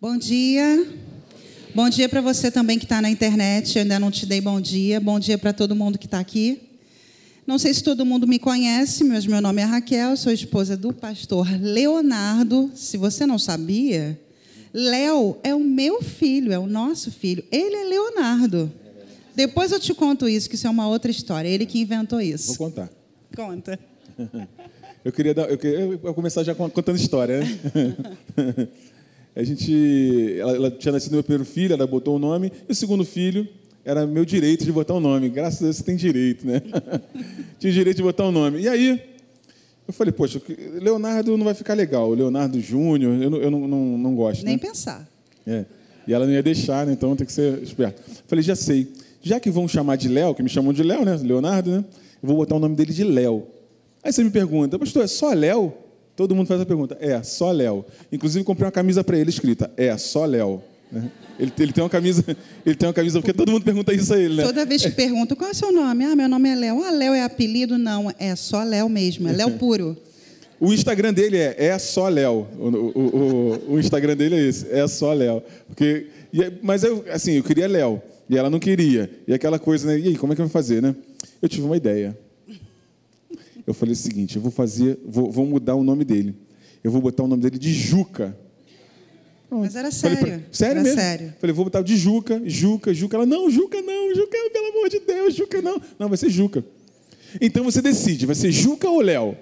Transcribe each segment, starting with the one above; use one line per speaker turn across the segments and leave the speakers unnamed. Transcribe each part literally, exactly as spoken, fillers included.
Bom dia. Bom dia para você também que está na internet. Eu ainda não te dei bom dia. Bom dia para todo mundo que está aqui. Não sei se todo mundo me conhece, mas meu nome é Raquel, sou esposa do pastor Leonardo. Se você não sabia, Léo é o meu filho, é o nosso filho. Ele é Leonardo. Depois eu te conto isso, que isso é uma outra história. Ele que inventou isso.
Vou contar.
Conta.
Eu queria, dar, eu queria eu começar já contando história, né? A gente, ela, ela tinha nascido meu primeiro filho, ela botou o nome, e o segundo filho era meu direito de botar o nome. Graças a Deus você tem direito, né? Tinha direito de botar o nome. E aí, eu falei, poxa, Leonardo não vai ficar legal. Leonardo Júnior, eu, não, eu não, não, não gosto.
Nem
né?
pensar.
É. E ela não ia deixar, né? Então tem que ser esperto. Falei, já sei. Já que vão chamar de Léo, que me chamam de Léo, né? Leonardo, né? Eu vou botar o nome dele de Léo. Aí você me pergunta, pastor, é só Léo? Todo mundo faz a pergunta, é, só Léo. Inclusive, comprei uma camisa para ele escrita, é, só Léo. Ele, ele tem uma camisa, ele tem uma camisa, porque todo mundo pergunta isso a ele, né?
Toda vez que perguntam, qual é o seu nome? Ah, meu nome é Léo. Ah, Léo é apelido? Não, é só Léo mesmo, é Léo puro.
O Instagram dele é, é só Léo. O, o, o, o Instagram dele é esse, é só Léo. Porque, mas, eu, assim, eu queria Léo, e ela não queria. E aquela coisa, né? E aí, como é que eu vou fazer, né? Eu tive uma ideia. Eu falei o seguinte, eu vou fazer, vou, vou mudar o nome dele. Eu vou botar o nome dele de Juca.
Mas era sério.
Falei, sério
era
mesmo?
Sério.
Falei, vou botar o de Juca, Juca, Juca. Ela, não, Juca não, Juca, pelo amor de Deus, Juca não. Não, vai ser Juca. Então você decide, vai ser Juca ou Léo?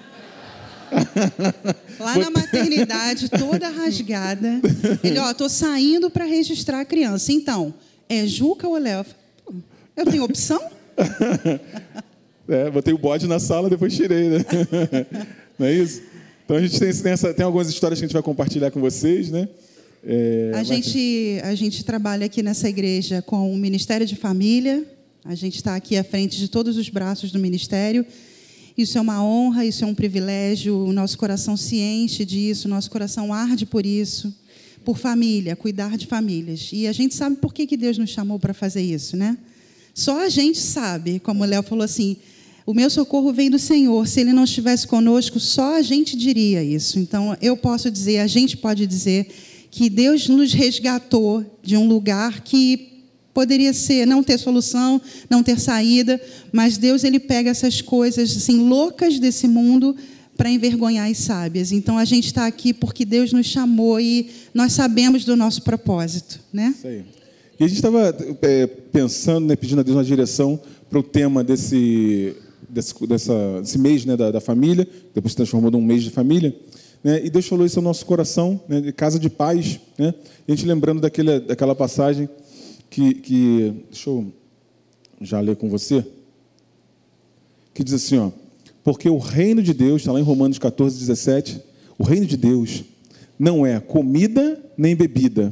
Lá na maternidade, toda rasgada. Ele, ó, tô saindo para registrar a criança. Então, é Juca ou Léo? Eu tenho opção?
É, botei o bode na sala, depois tirei, né? Não é isso? Então a gente tem, tem, essa, tem algumas histórias que a gente vai compartilhar com vocês, né? É,
a,
mas...
gente, a gente trabalha aqui nessa igreja com o Ministério de Família. A gente está aqui à frente de todos os braços do ministério. Isso é uma honra, isso é um privilégio. O nosso coração se enche disso, o nosso coração arde por isso, por família, cuidar de famílias. E a gente sabe por que, que Deus nos chamou para fazer isso, né? Só a gente sabe, como o Léo falou assim, o meu socorro vem do Senhor. Se Ele não estivesse conosco, só a gente diria isso. Então, eu posso dizer, a gente pode dizer que Deus nos resgatou de um lugar que poderia ser não ter solução, não ter saída, mas Deus ele pega essas coisas assim loucas desse mundo para envergonhar as sábias. Então, a gente está aqui porque Deus nos chamou e nós sabemos do nosso propósito, né?
Isso aí. E a gente estava é, pensando, né, pedindo a Deus uma direção para o tema desse, desse, dessa, desse mês, né, da, da família, depois se transformou num mês de família, né, e Deus falou isso ao nosso coração, né, de casa de paz, né, e a gente lembrando daquele, daquela passagem que, que, deixa eu já ler com você, que diz assim, ó, porque o reino de Deus, está lá em Romanos catorze, dezessete, o reino de Deus não é comida nem bebida,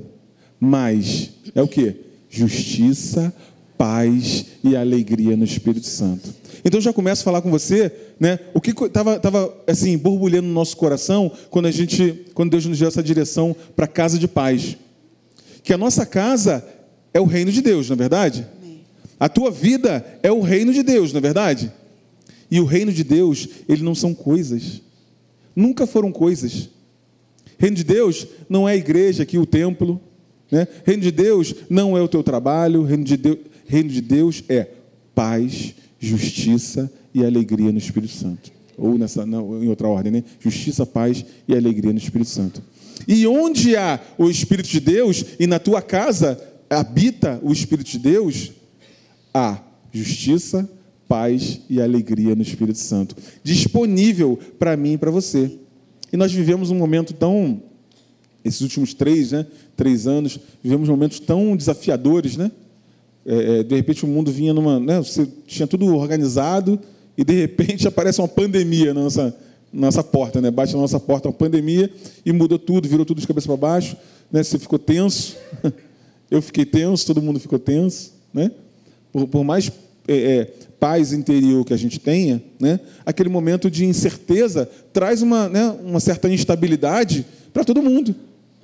mas é o quê? Justiça, paz e alegria no Espírito Santo. Então, eu já começo a falar com você, né, o que estava tava, assim, borbulhando no nosso coração quando, a gente, quando Deus nos deu essa direção para a casa de paz. Que a nossa casa é o reino de Deus, não é verdade? A tua vida é o reino de Deus, não é verdade? E o reino de Deus, ele não são coisas. Nunca foram coisas. Reino de Deus não é a igreja aqui, o templo. Né? Reino de Deus não é o teu trabalho, reino de Deus, reino de Deus é paz, justiça e alegria no Espírito Santo. Ou nessa, não, em outra ordem, né? Justiça, paz e alegria no Espírito Santo. E onde há o Espírito de Deus, e na tua casa habita o Espírito de Deus, há justiça, paz e alegria no Espírito Santo. Disponível para mim e para você. E nós vivemos um momento tão... Esses últimos três, né, três anos, vivemos momentos tão desafiadores, né? É, de repente o mundo vinha numa... Né, você tinha tudo organizado e, de repente, aparece uma pandemia na nossa, na nossa porta, né? Bate na nossa porta uma pandemia e mudou tudo, virou tudo de cabeça para baixo, né? Você ficou tenso, eu fiquei tenso, todo mundo ficou tenso, né? Por, por mais é, é, paz interior que a gente tenha, né? Aquele momento de incerteza traz uma, né, uma certa instabilidade para todo mundo.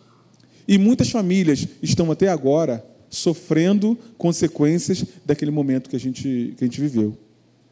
E muitas famílias estão até agora sofrendo consequências daquele momento que a gente, que a gente viveu.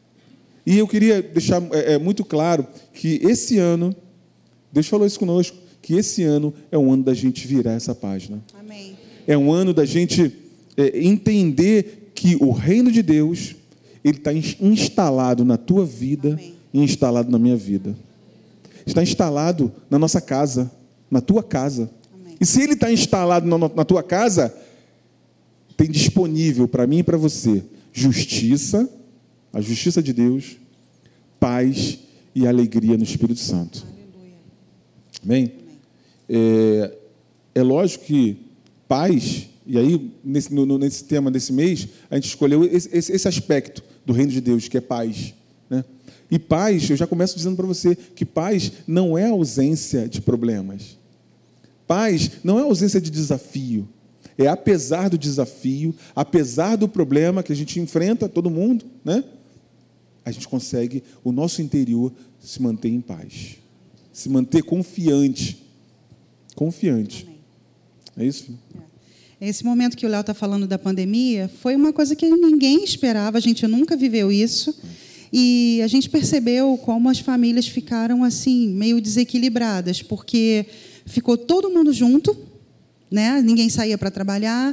E eu queria deixar é, muito claro que esse ano, Deus falou isso conosco, que esse ano é um ano da gente virar essa página.
Amém.
É um ano da gente é, entender que o reino de Deus, ele está instalado na tua vida. Amém. E instalado na minha vida. Está instalado na nossa casa, na tua casa. Amém. E se ele está instalado na, na tua casa, tem disponível para mim e para você justiça, a justiça de Deus, paz e alegria no Espírito Santo. Aleluia. Amém? Amém. É, é lógico que paz, e aí nesse, no, nesse tema desse mês, a gente escolheu esse, esse, esse aspecto do reino de Deus, que é paz, né? E paz, eu já começo dizendo para você que paz não é ausência de problemas. Paz não é ausência de desafio. É apesar do desafio, apesar do problema que a gente enfrenta, todo mundo, né? A gente consegue, o nosso interior se manter em paz. Se manter confiante. Confiante. Amém. É isso, filho?
É. Esse momento que o Léo está falando da pandemia foi uma coisa que ninguém esperava, a gente nunca viveu isso. E a gente percebeu como as famílias ficaram assim, meio desequilibradas, porque ficou todo mundo junto, né? Ninguém saía para trabalhar,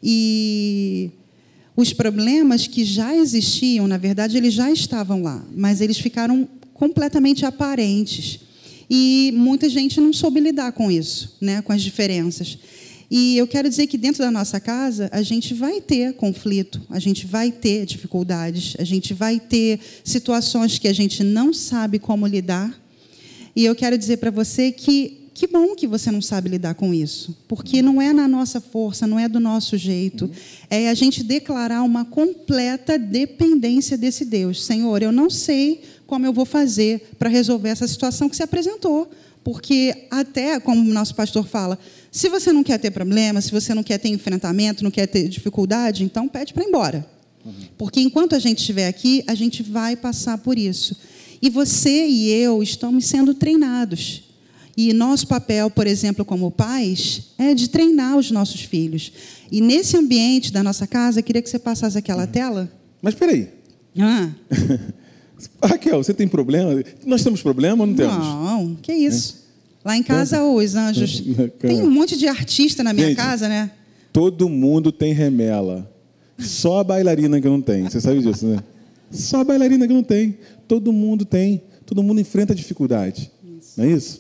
e os problemas que já existiam, na verdade, eles já estavam lá, mas eles ficaram completamente aparentes. E muita gente não soube lidar com isso, né? Com as diferenças. E eu quero dizer que dentro da nossa casa, a gente vai ter conflito, a gente vai ter dificuldades, a gente vai ter situações que a gente não sabe como lidar. E eu quero dizer para você que, que bom que você não sabe lidar com isso, porque não é na nossa força, não é do nosso jeito. É a gente declarar uma completa dependência desse Deus. Senhor, eu não sei como eu vou fazer para resolver essa situação que se apresentou. Porque até, como o nosso pastor fala, se você não quer ter problema, se você não quer ter enfrentamento, não quer ter dificuldade, então pede para ir embora. Uhum. Porque enquanto a gente estiver aqui, a gente vai passar por isso. E você e eu estamos sendo treinados. E nosso papel, por exemplo, como pais, é de treinar os nossos filhos. E nesse ambiente da nossa casa, eu queria que você passasse aquela uhum. tela.
Mas espera aí.
Ah.
Raquel, você tem problema? Nós temos problema ou não temos?
Não, que isso. É. Lá em casa, é. os anjos... Tem um monte de artista na minha Gente, casa, né?
Todo mundo tem remela. Só a bailarina que não tem. Você sabe disso, né? Só a bailarina que não tem. Todo mundo tem. Todo mundo enfrenta dificuldade. Isso. Não é isso?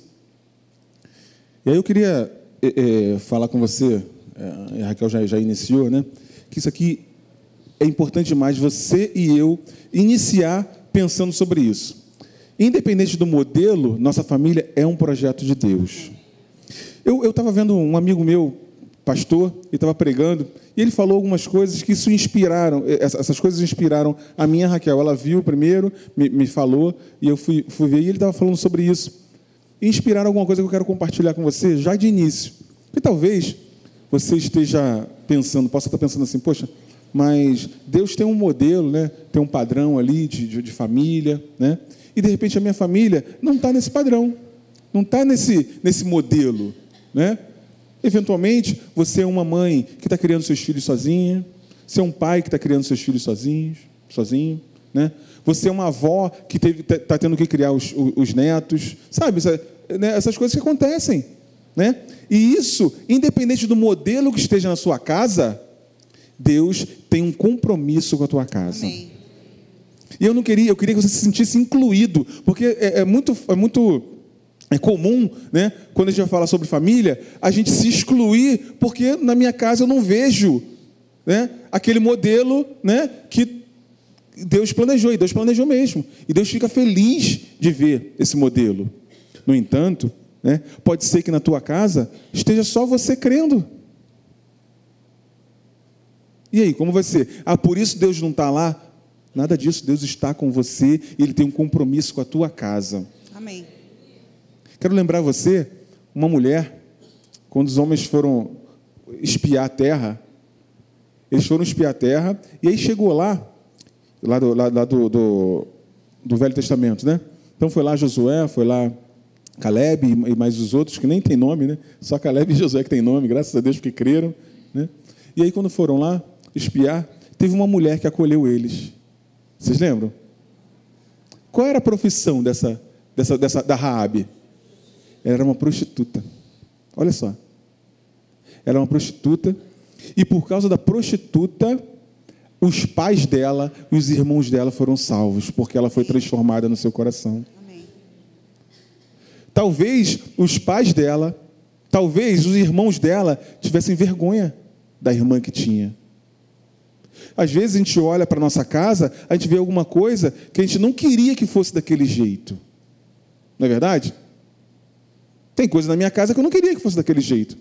E aí eu queria é, é, falar com você, é, a Raquel já, já iniciou, né? Que isso aqui é importante demais, você e eu iniciar pensando sobre isso. Independente do modelo, nossa família é um projeto de Deus. Eu estava vendo um amigo meu, pastor, ele estava pregando, e ele falou algumas coisas que isso inspiraram, essas coisas inspiraram a minha Raquel. Ela viu primeiro, me, me falou, e eu fui, fui ver, e ele estava falando sobre isso. E inspiraram alguma coisa que eu quero compartilhar com você já de início. Porque talvez você esteja pensando, possa estar pensando assim, poxa, mas Deus tem um modelo, né? Tem um padrão ali de, de, de família, né? E, de repente, a minha família não está nesse padrão, não está nesse, nesse modelo, né? Eventualmente, você é uma mãe que está criando seus filhos sozinha, você é um pai que está criando seus filhos sozinhos, sozinho, né? Você é uma avó que está tendo que criar os, os, os netos, sabe? Essa, né? Essas coisas que acontecem, né? E isso, independente do modelo que esteja na sua casa, Deus tem um compromisso com a tua casa. Amém. E eu não queria, eu queria que você se sentisse incluído, porque é, é muito, é muito é comum, né? Quando a gente vai falar sobre família, a gente se excluir, porque na minha casa eu não vejo, né? Aquele modelo, né? Que Deus planejou, e Deus planejou mesmo, e Deus fica feliz de ver esse modelo. No entanto, né? Pode ser que na tua casa esteja só você crendo. E aí, como vai ser? Ah, por isso Deus não está lá? Nada disso, Deus está com você e Ele tem um compromisso com a tua casa.
Amém.
Quero lembrar você, uma mulher, quando os homens foram espiar a terra, eles foram espiar a terra, e aí chegou lá, lá do, lá, lá do, do, do Velho Testamento, né? Então foi lá Josué, foi lá Caleb e mais os outros, que nem tem nome, né? Só Caleb e Josué que tem nome, graças a Deus que creram, né? E aí quando foram lá espiar, teve uma mulher que acolheu eles. Vocês lembram? Qual era a profissão dessa, dessa, dessa, da Raabe? Ela era uma prostituta. Olha só. Ela era uma prostituta. E por causa da prostituta, os pais dela e os irmãos dela foram salvos, porque ela foi transformada no seu coração.
Amém.
Talvez os pais dela, talvez os irmãos dela tivessem vergonha da irmã que tinha. Às vezes a gente olha para a nossa casa, a gente vê alguma coisa que a gente não queria que fosse daquele jeito. Não é verdade? Tem coisa na minha casa que eu não queria que fosse daquele jeito.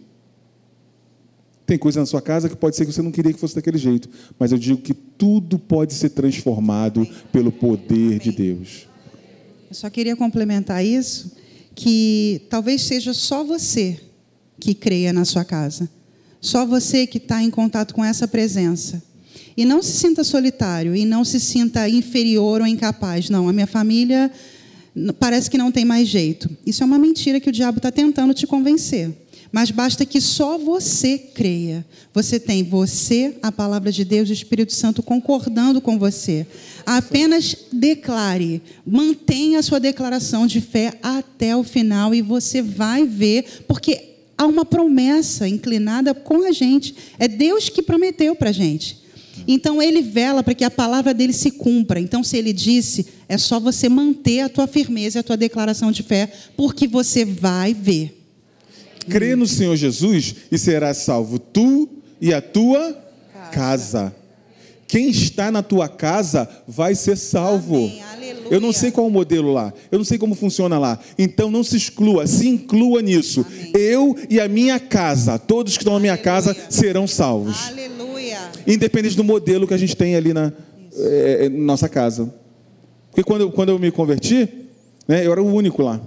Tem coisa na sua casa que pode ser que você não queria que fosse daquele jeito. Mas eu digo que tudo pode ser transformado pelo poder de Deus.
Eu só queria complementar isso, que talvez seja só você que creia na sua casa. Só você que está em contato com essa presença. E não se sinta solitário, e não se sinta inferior ou incapaz. Não, a minha família parece que não tem mais jeito. Isso é uma mentira que o diabo está tentando te convencer. Mas basta que só você creia. Você tem você, a palavra de Deus e o Espírito Santo concordando com você. Apenas declare, mantenha a sua declaração de fé até o final e você vai ver, porque há uma promessa inclinada com a gente. É Deus que prometeu para a gente. Então, Ele vela para que a palavra dele se cumpra. Então, se Ele disse, é só você manter a tua firmeza e a tua declaração de fé, porque você vai ver.
Crê no Senhor Jesus e serás salvo, tu e a tua casa. casa. Quem está na tua casa vai ser salvo.
Amém. Aleluia.
Eu não sei qual é o modelo lá, eu não sei como funciona lá. Então não se exclua, se inclua nisso.
Amém.
Eu e a minha casa, todos que estão na minha
Aleluia.
casa serão salvos.
Aleluia.
Independente do modelo que a gente tem ali na é, nossa casa. Porque quando eu, quando eu me converti, né, eu era o único lá.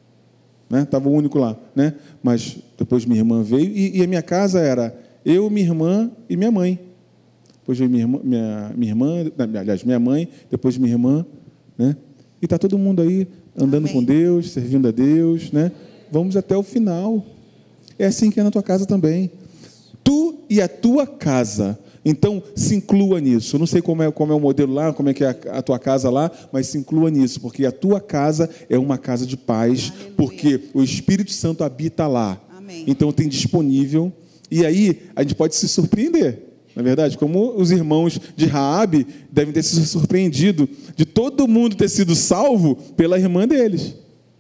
Né? Estava o único lá, né? Mas depois minha irmã veio e, e a minha casa era eu, minha irmã e minha mãe. Depois veio minha irmã, minha, minha irmã, aliás, minha mãe, depois minha irmã, né? E está todo mundo aí andando
Amém.
Com Deus, servindo a Deus, né? Vamos até o final. É assim que é na tua casa também. Tu e a tua casa. Então, se inclua nisso. Eu não sei como é, como é o modelo lá, como é que é a, a tua casa lá, mas se inclua nisso, porque a tua casa é uma casa de paz,
Aleluia.
Porque o Espírito Santo habita lá.
Amém.
Então, tem disponível. E aí, a gente pode se surpreender, não é verdade? Como os irmãos de Raabe devem ter se surpreendido de todo mundo ter sido salvo pela irmã deles.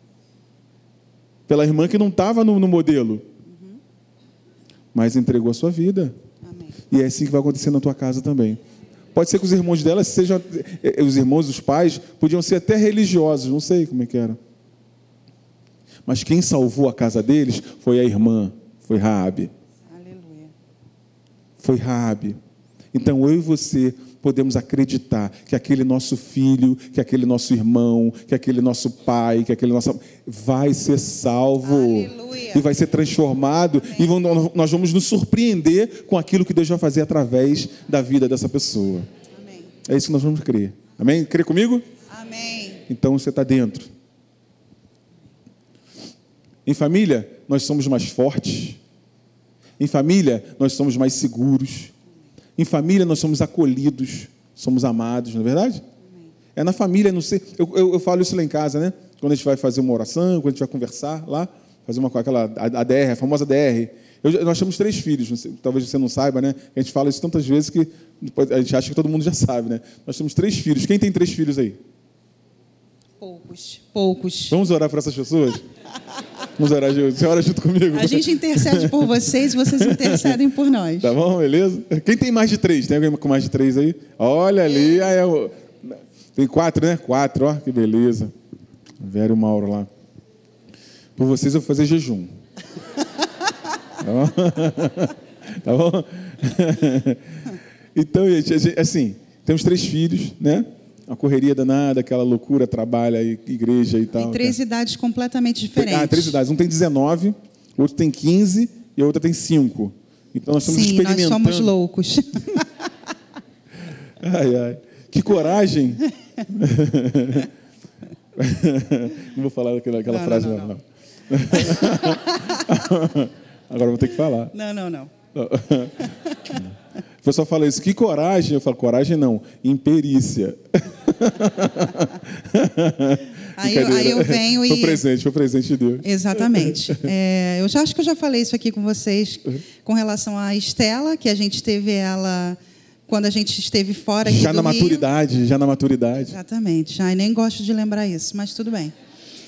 Pela irmã que não estava no, no modelo.
Uhum.
Mas entregou a sua vida.
Amém.
E é assim que vai acontecer na tua casa também. Pode ser que os irmãos dela sejam, os irmãos, os pais, podiam ser até religiosos, não sei como é que era. Mas quem salvou a casa deles foi a irmã, foi Raabe.
Aleluia.
Foi Raabe. Então eu e você podemos acreditar que aquele nosso filho, que aquele nosso irmão, que aquele nosso pai, que aquele nosso vai ser salvo.
Aleluia.
E vai ser transformado. Amém. E nós vamos nos surpreender com aquilo que Deus vai fazer através da vida dessa pessoa.
Amém.
É isso que nós vamos crer. Amém? Crê comigo?
Amém.
Então você está dentro. Em família, nós somos mais fortes. Em família, nós somos mais seguros. Em família, nós somos acolhidos, somos amados, não é verdade? Amém. É na família, não sei. Eu, eu, eu falo isso lá em casa, né? Quando a gente vai fazer uma oração, quando a gente vai conversar lá, fazer uma aquela a, a D R, a famosa D R. Eu, nós temos três filhos, não sei, talvez você não saiba, né? A gente fala isso tantas vezes que a gente acha que todo mundo já sabe, né? Nós temos três filhos. Quem tem três filhos aí?
Poucos, poucos.
Vamos orar por essas pessoas? Vamos orar junto. Você ora junto comigo?
A gente intercede por vocês, vocês intercedem por nós.
Tá bom, beleza? Quem tem mais de três? Tem alguém com mais de três aí? Olha ali. Aí é o... Tem quatro, né? Quatro, ó, que beleza. Velho Mauro lá. Por vocês eu vou fazer jejum. Tá bom? Tá bom? Então, gente, assim, temos três filhos, né? A correria danada, aquela loucura, trabalho, igreja e tal.
Tem três
cara.
idades completamente diferentes.
Ah, três idades. Um tem dezenove, o outro tem quinze e a outra tem cinco. Então nós estamos
Sim,
experimentando.
nós somos loucos.
Ai, ai. Que coragem. Não vou falar aquela, aquela
não,
frase,
não.
não.
não.
não. Agora vou ter que falar.
Não, não, não.
O pessoal fala isso, que coragem? Eu falo, coragem não, imperícia.
Aí, eu, aí eu venho e...
Foi presente, foi presente de Deus.
Exatamente. É, eu já acho que eu já falei isso aqui com vocês, com relação à Estela, que a gente teve ela quando a gente esteve fora aqui
Já
do
na
Rio.
maturidade, já na maturidade.
Exatamente. Ai, nem gosto de lembrar isso, mas tudo bem.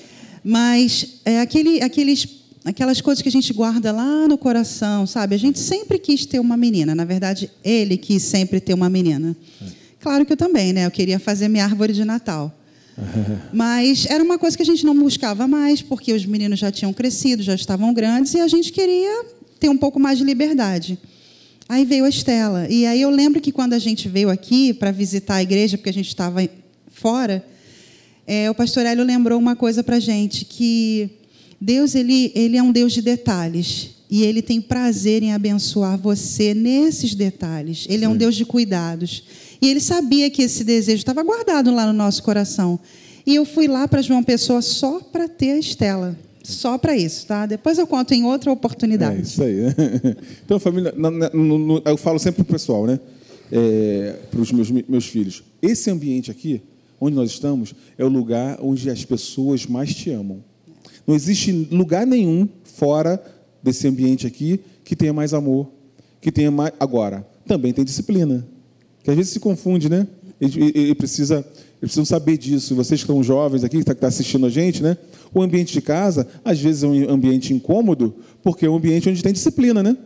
Mas é aquele, aqueles, aquelas coisas que a gente guarda lá no coração, sabe? A gente sempre quis ter uma menina. Na verdade, ele quis sempre ter uma menina. Claro que eu também, né? Eu queria fazer minha árvore de Natal. Mas era uma coisa que a gente não buscava mais, porque os meninos já tinham crescido, já estavam grandes, e a gente queria ter um pouco mais de liberdade. Aí veio a Estela. E aí eu lembro que quando a gente veio aqui para visitar a igreja, porque a gente estava fora, é, o pastor Hélio lembrou uma coisa para a gente, que Deus ele, ele é um Deus de detalhes. E Ele tem prazer em abençoar você nesses detalhes. Ele é um Deus de cuidados. E Ele sabia que esse desejo estava guardado lá no nosso coração. E eu fui lá para João Pessoa só para ter a Estela. Só para isso, tá? Depois eu conto em outra oportunidade.
É isso aí. Então, família, no, no, no, eu falo sempre para o pessoal, né? É, para os meus, meus filhos. Esse ambiente aqui, onde nós estamos, é o lugar onde as pessoas mais te amam. Não existe lugar nenhum fora desse ambiente aqui que tenha mais amor, que tenha mais... Agora, também tem disciplina, que às vezes se confunde, né? Ele, ele precisa, eles precisam saber disso. Vocês que estão jovens aqui, que estão assistindo a gente, né? O ambiente de casa, às vezes, é um ambiente incômodo, porque é um ambiente onde tem disciplina, né?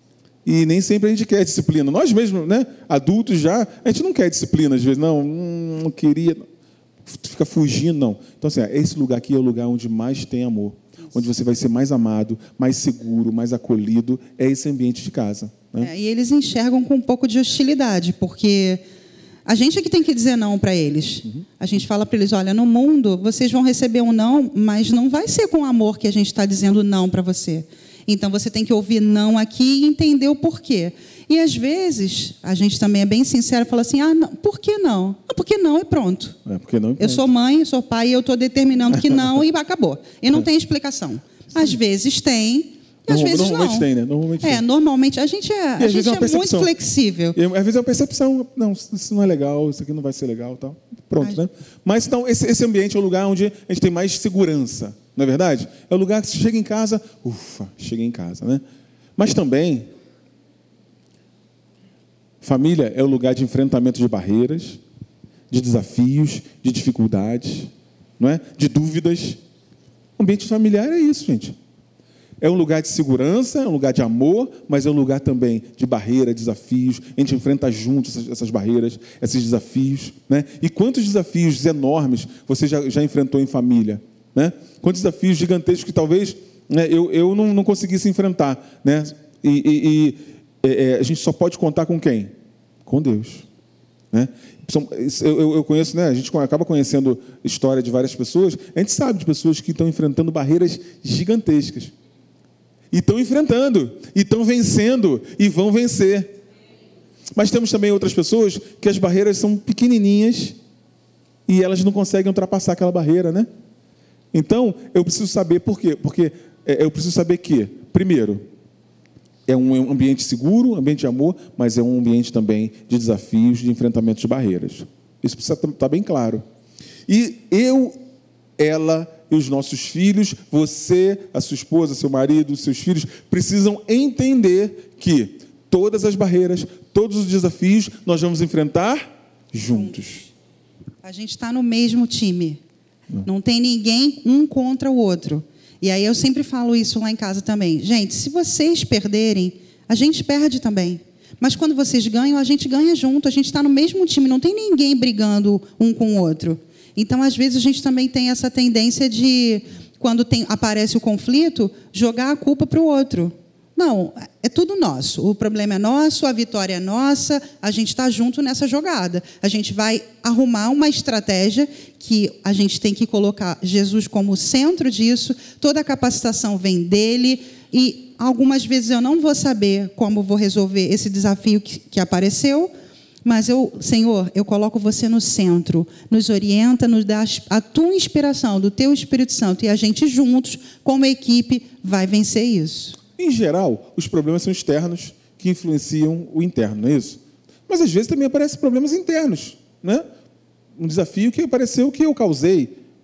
E nem sempre a gente quer disciplina. Nós mesmos, né? Adultos já, a gente não quer disciplina, às vezes, não, não queria, fica fugindo, não. Então, assim, esse lugar aqui é o lugar onde mais tem amor, onde você vai ser mais amado, mais seguro, mais acolhido, é esse ambiente de casa. Né?
É, e eles enxergam com um pouco de hostilidade, porque a gente é que tem que dizer não para eles. Uhum. A gente fala para eles, olha, no mundo vocês vão receber um não, mas não vai ser com amor que a gente está dizendo não para você. Então, você tem que ouvir não aqui e entender o porquê. E, às vezes, a gente também é bem sincero e fala assim, ah, não, por que não? Ah, por que não e pronto.
É, porque não e pronto.
Eu sou mãe, sou pai e eu estou determinando que não e acabou. E não tem explicação. Às vezes tem, e às vezes não.
Normalmente tem, né? Normalmente
é,
tem.
normalmente. A gente é, a gente é, é muito flexível.
E, às vezes é uma percepção, não, isso não é legal, isso aqui não vai ser legal. Tal. Pronto, né? Mas, então, esse, esse ambiente é o lugar onde a gente tem mais segurança. Não é verdade? É o lugar que você chega em casa, ufa, cheguei em casa, né? Mas também, família é o lugar de enfrentamento de barreiras, de desafios, de dificuldades, não é? De dúvidas. O ambiente familiar é isso, gente. É um lugar de segurança, é um lugar de amor, mas é um lugar também de barreira, desafios. A gente enfrenta juntos essas, essas barreiras, esses desafios, né? E quantos desafios enormes você já, já enfrentou em família? Né? Quantos desafios gigantescos que talvez, né, eu, eu não, não conseguisse enfrentar, né? E, e, e é, a gente só pode contar com quem? Com Deus, né? Eu, eu conheço, né? A gente acaba conhecendo a história de várias pessoas. A gente sabe de pessoas que estão enfrentando barreiras gigantescas e estão enfrentando, e estão vencendo e vão vencer. Mas temos também outras pessoas que as barreiras são pequenininhas e elas não conseguem ultrapassar aquela barreira, né? Então, eu preciso saber por quê? Porque eu preciso saber que, primeiro, é um ambiente seguro, um ambiente de amor, mas é um ambiente também de desafios, de enfrentamento de barreiras. Isso precisa estar bem claro. E eu, ela e os nossos filhos, você, a sua esposa, seu marido, seus filhos, precisam entender que todas as barreiras, todos os desafios, nós vamos enfrentar juntos.
A gente está no mesmo time. Não tem ninguém um contra o outro. E aí eu sempre falo isso lá em casa também. Gente, se vocês perderem, a gente perde também. Mas quando vocês ganham, a gente ganha junto. A gente está no mesmo time. Não tem ninguém brigando um com o outro. Então, às vezes, a gente também tem essa tendência de, quando tem, aparece o conflito, jogar a culpa para o outro. Não, é tudo nosso. O problema é nosso, a vitória é nossa, a gente está junto nessa jogada. A gente vai arrumar uma estratégia que a gente tem que colocar Jesus como centro disso, toda a capacitação vem dele, e algumas vezes eu não vou saber como vou resolver esse desafio que, que apareceu, mas eu, Senhor, eu coloco você no centro, nos orienta, nos dá a tua inspiração, do teu Espírito Santo, e a gente juntos, como equipe, vai vencer isso.
Em geral, os problemas são externos que influenciam o interno, não é isso? Mas, às vezes, também aparecem problemas internos, né? Um desafio que apareceu que eu causei,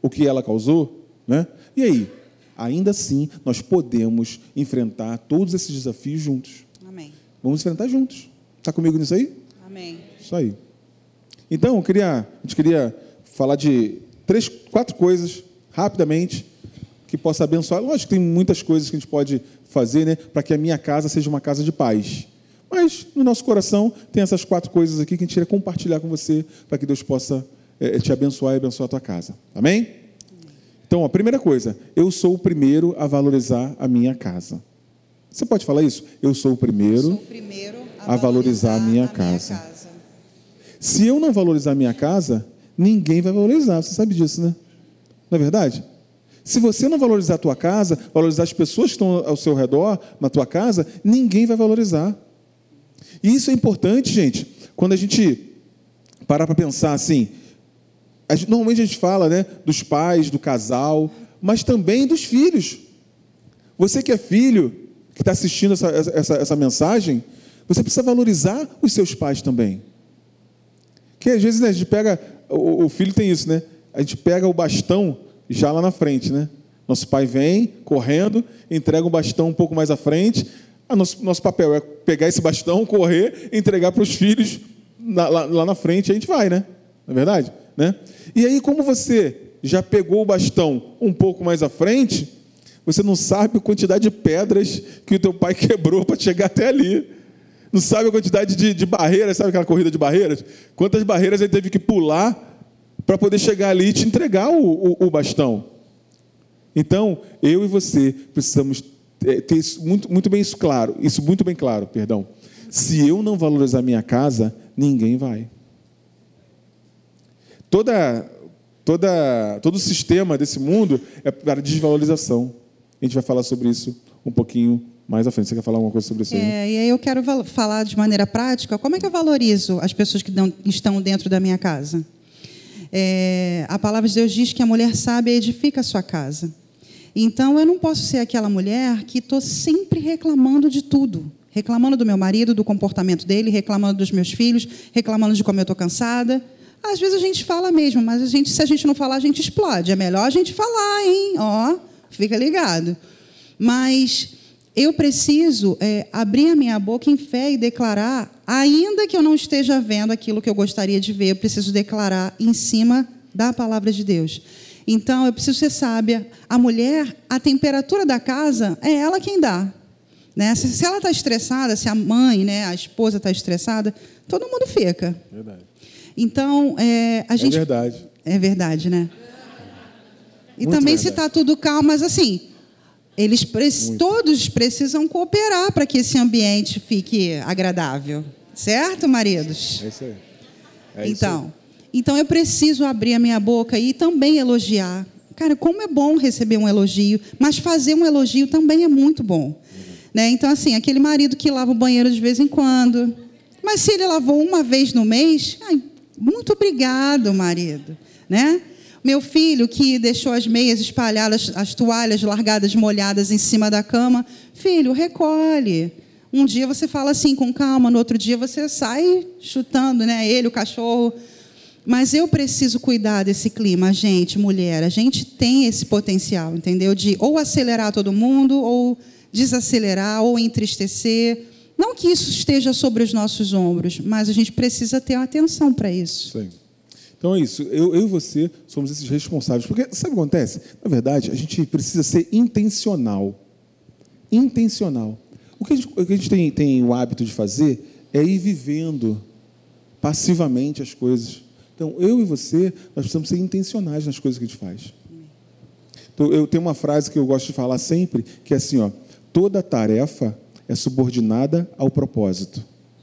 o que ela causou, né? E aí? Ainda assim, nós podemos enfrentar todos esses desafios juntos.
Amém.
Vamos enfrentar juntos. Está comigo nisso aí?
Amém.
Isso aí. Então, eu queria, a gente queria falar de três, quatro coisas, rapidamente, que possa abençoar. Lógico que tem muitas coisas que a gente pode fazer, né, para que a minha casa seja uma casa de paz. Mas, no nosso coração, tem essas quatro coisas aqui que a gente queria compartilhar com você, para que Deus possa é, te abençoar e abençoar a tua casa. Amém? Então, a primeira coisa, eu sou o primeiro a valorizar a minha casa. Você pode falar isso? Eu sou o primeiro,
sou o primeiro a,
a valorizar a minha, a casa. minha casa. Se eu não valorizar a minha casa, ninguém vai valorizar. Você sabe disso, né? Não é verdade? Se você não valorizar a tua casa, valorizar as pessoas que estão ao seu redor, na tua casa, ninguém vai valorizar. E isso é importante, gente, quando a gente parar para pensar assim. A gente, normalmente a gente fala, né, dos pais, do casal, mas também dos filhos. Você que é filho, que está assistindo essa, essa, essa mensagem, você precisa valorizar os seus pais também. Porque às vezes, né, a gente pega, o, o filho tem isso, né? A gente pega o bastão já lá na frente, né? Nosso pai vem correndo, entrega o bastão um pouco mais à frente. A nosso, nosso papel é pegar esse bastão, correr, entregar para os filhos na, lá, lá na frente, e a gente vai, né? Não é verdade? Né? E aí, como você já pegou o bastão um pouco mais à frente, você não sabe a quantidade de pedras que o teu pai quebrou para chegar até ali. Não sabe a quantidade de, de barreiras, sabe aquela corrida de barreiras? Quantas barreiras ele teve que pular para poder chegar ali e te entregar o, o, o bastão. Então, eu e você precisamos ter isso muito, muito bem isso claro, isso muito bem claro, perdão. Se eu não valorizar minha casa, ninguém vai. Toda, toda, todo o sistema desse mundo é para desvalorização. A gente vai falar sobre isso um pouquinho mais à frente. Você quer falar alguma coisa sobre isso aí?
É, e aí eu quero falar de maneira prática, como é que eu valorizo as pessoas que estão dentro da minha casa? É, a palavra de Deus diz que a mulher sábia edifica a sua casa. Então, eu não posso ser aquela mulher que estou sempre reclamando de tudo. Reclamando do meu marido, do comportamento dele, reclamando dos meus filhos, reclamando de como eu estou cansada. Às vezes a gente fala mesmo, mas a gente, se a gente não falar, a gente explode. É melhor a gente falar, hein? Ó, fica ligado. Mas eu preciso é, abrir a minha boca em fé e declarar, ainda que eu não esteja vendo aquilo que eu gostaria de ver, eu preciso declarar em cima da palavra de Deus. Então, eu preciso ser sábia. A mulher, a temperatura da casa, é ela quem dá. Né? Se, se ela está estressada, se a mãe, né, a esposa está estressada, todo mundo fica.
Verdade.
Então, é, a gente...
É verdade.
É verdade, né? E
Muito
também
verdade.
se está tudo calmo, mas assim, eles pre... todos precisam cooperar para que esse ambiente fique agradável. Certo, maridos?
É isso aí. É
então,
isso aí.
então, eu preciso abrir a minha boca e também elogiar. Cara, como é bom receber um elogio, mas fazer um elogio também é muito bom. Uhum. Né? Então, assim, aquele marido que lava o banheiro de vez em quando. Mas se ele lavou uma vez no mês, ai, muito obrigado, marido. Né? Meu filho que deixou as meias espalhadas, as toalhas largadas, molhadas em cima da cama. Filho, recolhe. Um dia você fala assim com calma, no outro dia você sai chutando, né? Ele, o cachorro. Mas eu preciso cuidar desse clima, gente, mulher. A gente tem esse potencial, entendeu? De ou acelerar todo mundo, ou desacelerar, ou entristecer. Não que isso esteja sobre os nossos ombros, mas a gente precisa ter atenção para isso.
Sim. Então é isso. Eu, eu e você somos esses responsáveis. Porque, sabe o que acontece? Na verdade, a gente precisa ser intencional. Intencional. O que a gente, o que a gente tem, tem o hábito de fazer é ir vivendo passivamente as coisas. Então, eu e você, nós precisamos ser intencionais nas coisas que a gente faz. Então, eu tenho uma frase que eu gosto de falar sempre, que é assim, ó, toda tarefa é subordinada ao propósito.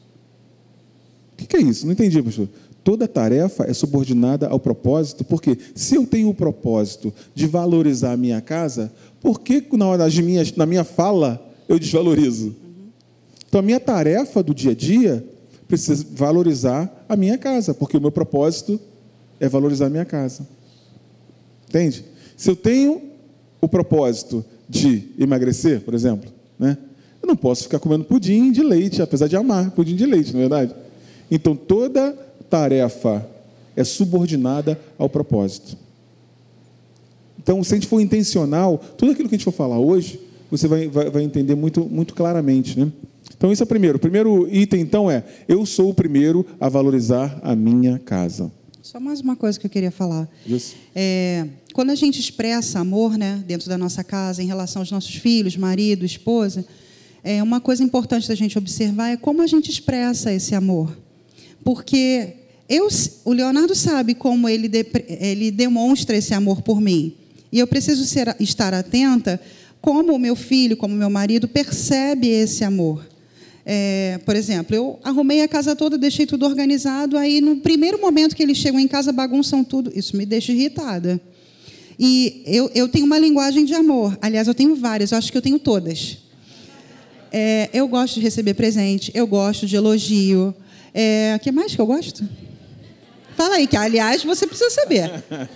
O que, que é isso? Não entendi, pastor. Toda tarefa é subordinada ao propósito, porque se eu tenho o propósito de valorizar a minha casa, por que na hora das minhas, na minha fala eu desvalorizo? Uhum. Então, a minha tarefa do dia a dia precisa valorizar a minha casa, porque o meu propósito é valorizar a minha casa. Entende? Se eu tenho o propósito de emagrecer, por exemplo, né, eu não posso ficar comendo pudim de leite, apesar de amar pudim de leite, não é verdade? Então, toda tarefa é subordinada ao propósito. Então, se a gente for intencional, tudo aquilo que a gente for falar hoje, você vai, vai, vai entender muito, muito claramente, né? Então, isso é o primeiro. O primeiro item, então, é: eu sou o primeiro a valorizar a minha casa.
Só mais uma coisa que eu queria falar. É, quando a gente expressa amor, né, dentro da nossa casa, em relação aos nossos filhos, marido, esposa, é, uma coisa importante da gente observar é como a gente expressa esse amor. Porque eu, o Leonardo sabe como ele, de, ele demonstra esse amor por mim. E eu preciso ser, estar atenta como o meu filho, como o meu marido, percebe esse amor. É, por exemplo, eu arrumei a casa toda, deixei tudo organizado, aí no primeiro momento que eles chegam em casa, bagunçam tudo. Isso me deixa irritada. E eu, eu tenho uma linguagem de amor. Aliás, eu tenho várias, eu acho que eu tenho todas. É, eu gosto de receber presente, eu gosto de elogio. É, o que mais que eu gosto? Fala aí, que aliás você precisa saber.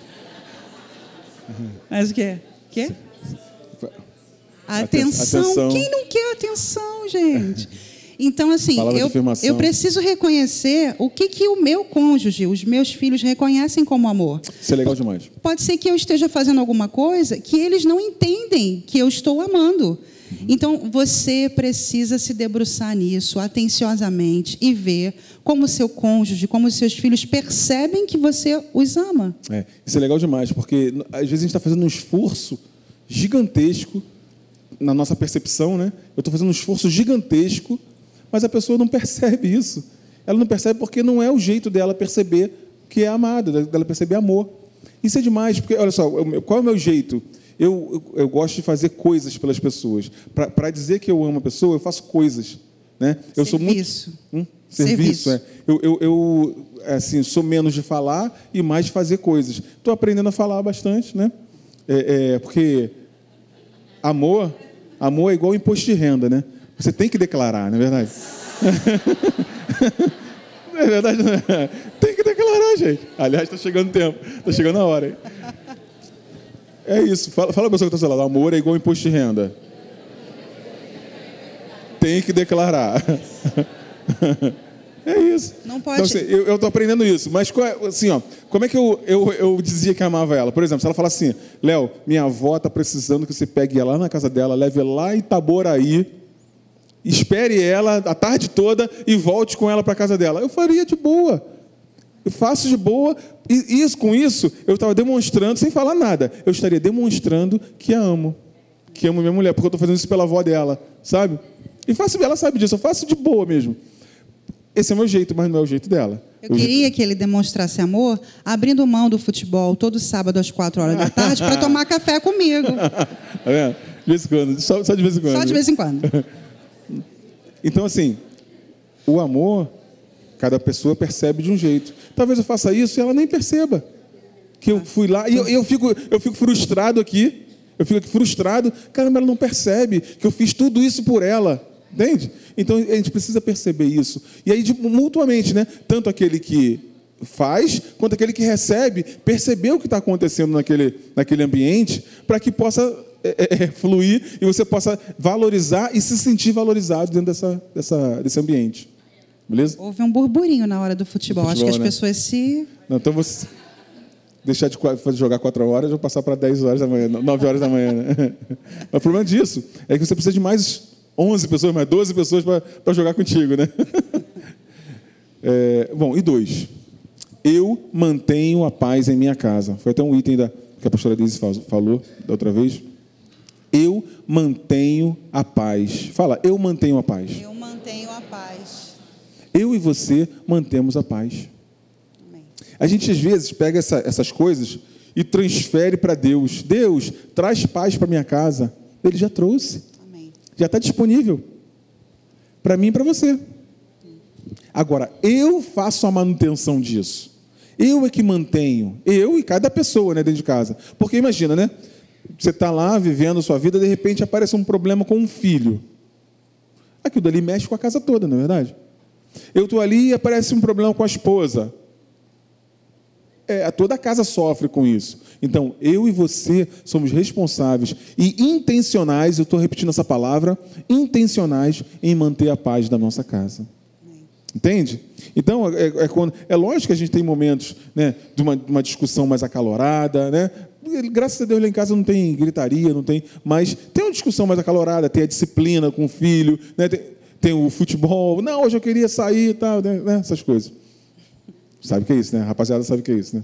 Mas o quê? O quê? Atenção. atenção. Quem não quer atenção, gente? Então, assim, eu, eu preciso reconhecer o que, que o meu cônjuge, os meus filhos reconhecem como amor.
Isso é legal demais.
Pode ser que eu esteja fazendo alguma coisa que eles não entendem que eu estou amando. Uhum. Então, você precisa se debruçar nisso atenciosamente e ver como o seu cônjuge, como os seus filhos percebem que você os ama.
É, isso é legal demais, porque às vezes a gente está fazendo um esforço gigantesco na nossa percepção, né? Eu estou fazendo um esforço gigantesco, mas a pessoa não percebe isso. Ela não percebe porque não é o jeito dela perceber que é amada, dela perceber amor. Isso é demais, porque, olha só, qual é o meu jeito? Eu, eu, eu gosto de fazer coisas pelas pessoas. Para dizer que eu amo a pessoa, eu faço coisas. Né? Eu
Serviço.
Sou muito, hum? Serviço. Serviço. É. Eu, eu, eu assim, sou menos de falar e mais de fazer coisas. Estou aprendendo a falar bastante, né? É, é, porque amor, amor é igual imposto de renda, né? Você tem que declarar, não é verdade? Não é verdade, não é? Tem que declarar, gente. Aliás, está chegando o tempo, está chegando a hora. Hein? É isso. Fala, fala a pessoa que está falando. Amor é igual imposto de renda. Tem que declarar. É isso.
Não pode.
Então, assim, eu estou aprendendo isso. Mas, assim, ó, como é que eu, eu, eu dizia que amava ela? Por exemplo, se ela falar assim: Léo, minha avó está precisando que você pegue ela lá na casa dela, leve lá em Itaboraí, espere ela a tarde toda e volte com ela para a casa dela. Eu faria de boa. Eu faço de boa. E isso, com isso, eu estava demonstrando, sem falar nada, eu estaria demonstrando que a amo. Que amo minha mulher, porque eu estou fazendo isso pela avó dela, sabe? E faço, ela sabe disso, eu faço de boa mesmo. Esse é o meu jeito, mas não é o jeito dela.
Eu queria que ele demonstrasse amor abrindo mão do futebol todo sábado às quatro horas da tarde para tomar café comigo.
Tá vendo? De vez em quando, só, só de vez em quando.
Só de vez em quando.
Então, assim, o amor, cada pessoa percebe de um jeito. Talvez eu faça isso e ela nem perceba que eu fui lá. E eu, eu, fico, eu fico frustrado aqui. Eu fico aqui frustrado. Caramba, ela não percebe que eu fiz tudo isso por ela. Entende? Então, a gente precisa perceber isso. E aí, mutuamente, né? Tanto aquele que faz, quanto aquele que recebe, perceber o que está acontecendo naquele, naquele ambiente, para que possa é, é, fluir e você possa valorizar e se sentir valorizado dentro dessa, dessa, desse ambiente. Beleza?
Houve um burburinho na hora do futebol. Do futebol, acho que as
né? pessoas
se...
Não, então, você deixar de jogar quatro horas, vou passar para dez horas da manhã, nove horas da manhã. Né? O problema disso é que você precisa de mais onze pessoas, mais doze pessoas para jogar contigo, né? É, bom, e dois. Eu mantenho a paz em minha casa. Foi até um item da, que a pastora Deise falou da outra vez. Eu mantenho a paz. Fala, eu mantenho a paz.
Eu mantenho a paz.
Eu e você mantemos a paz.
Amém.
A gente, às vezes, pega essa, essas coisas e transfere para Deus. Deus, traz paz para minha casa. Ele já trouxe.
Amém.
Já está disponível. Para mim e para você. Agora, eu faço a manutenção disso. Eu é que mantenho. Eu e cada pessoa, né, dentro de casa. Porque imagina, né? Você está lá vivendo a sua vida, de repente aparece um problema com um filho. Aquilo dali mexe com a casa toda, não é verdade? Eu estou ali e aparece um problema com a esposa. É, toda a casa sofre com isso. Então, eu e você somos responsáveis e intencionais, eu estou repetindo essa palavra, intencionais em manter a paz da nossa casa. Entende? Então, é, é, quando, é lógico que a gente tem momentos, né, de uma, uma discussão mais acalorada, né? graças a Deus lá em casa não tem gritaria, não tem, mas tem uma discussão mais acalorada, tem a disciplina com o filho, né? tem, tem o futebol, não, hoje eu queria sair e tal, né? Essas coisas. Sabe o que é isso, né? A rapaziada sabe o que é isso, né?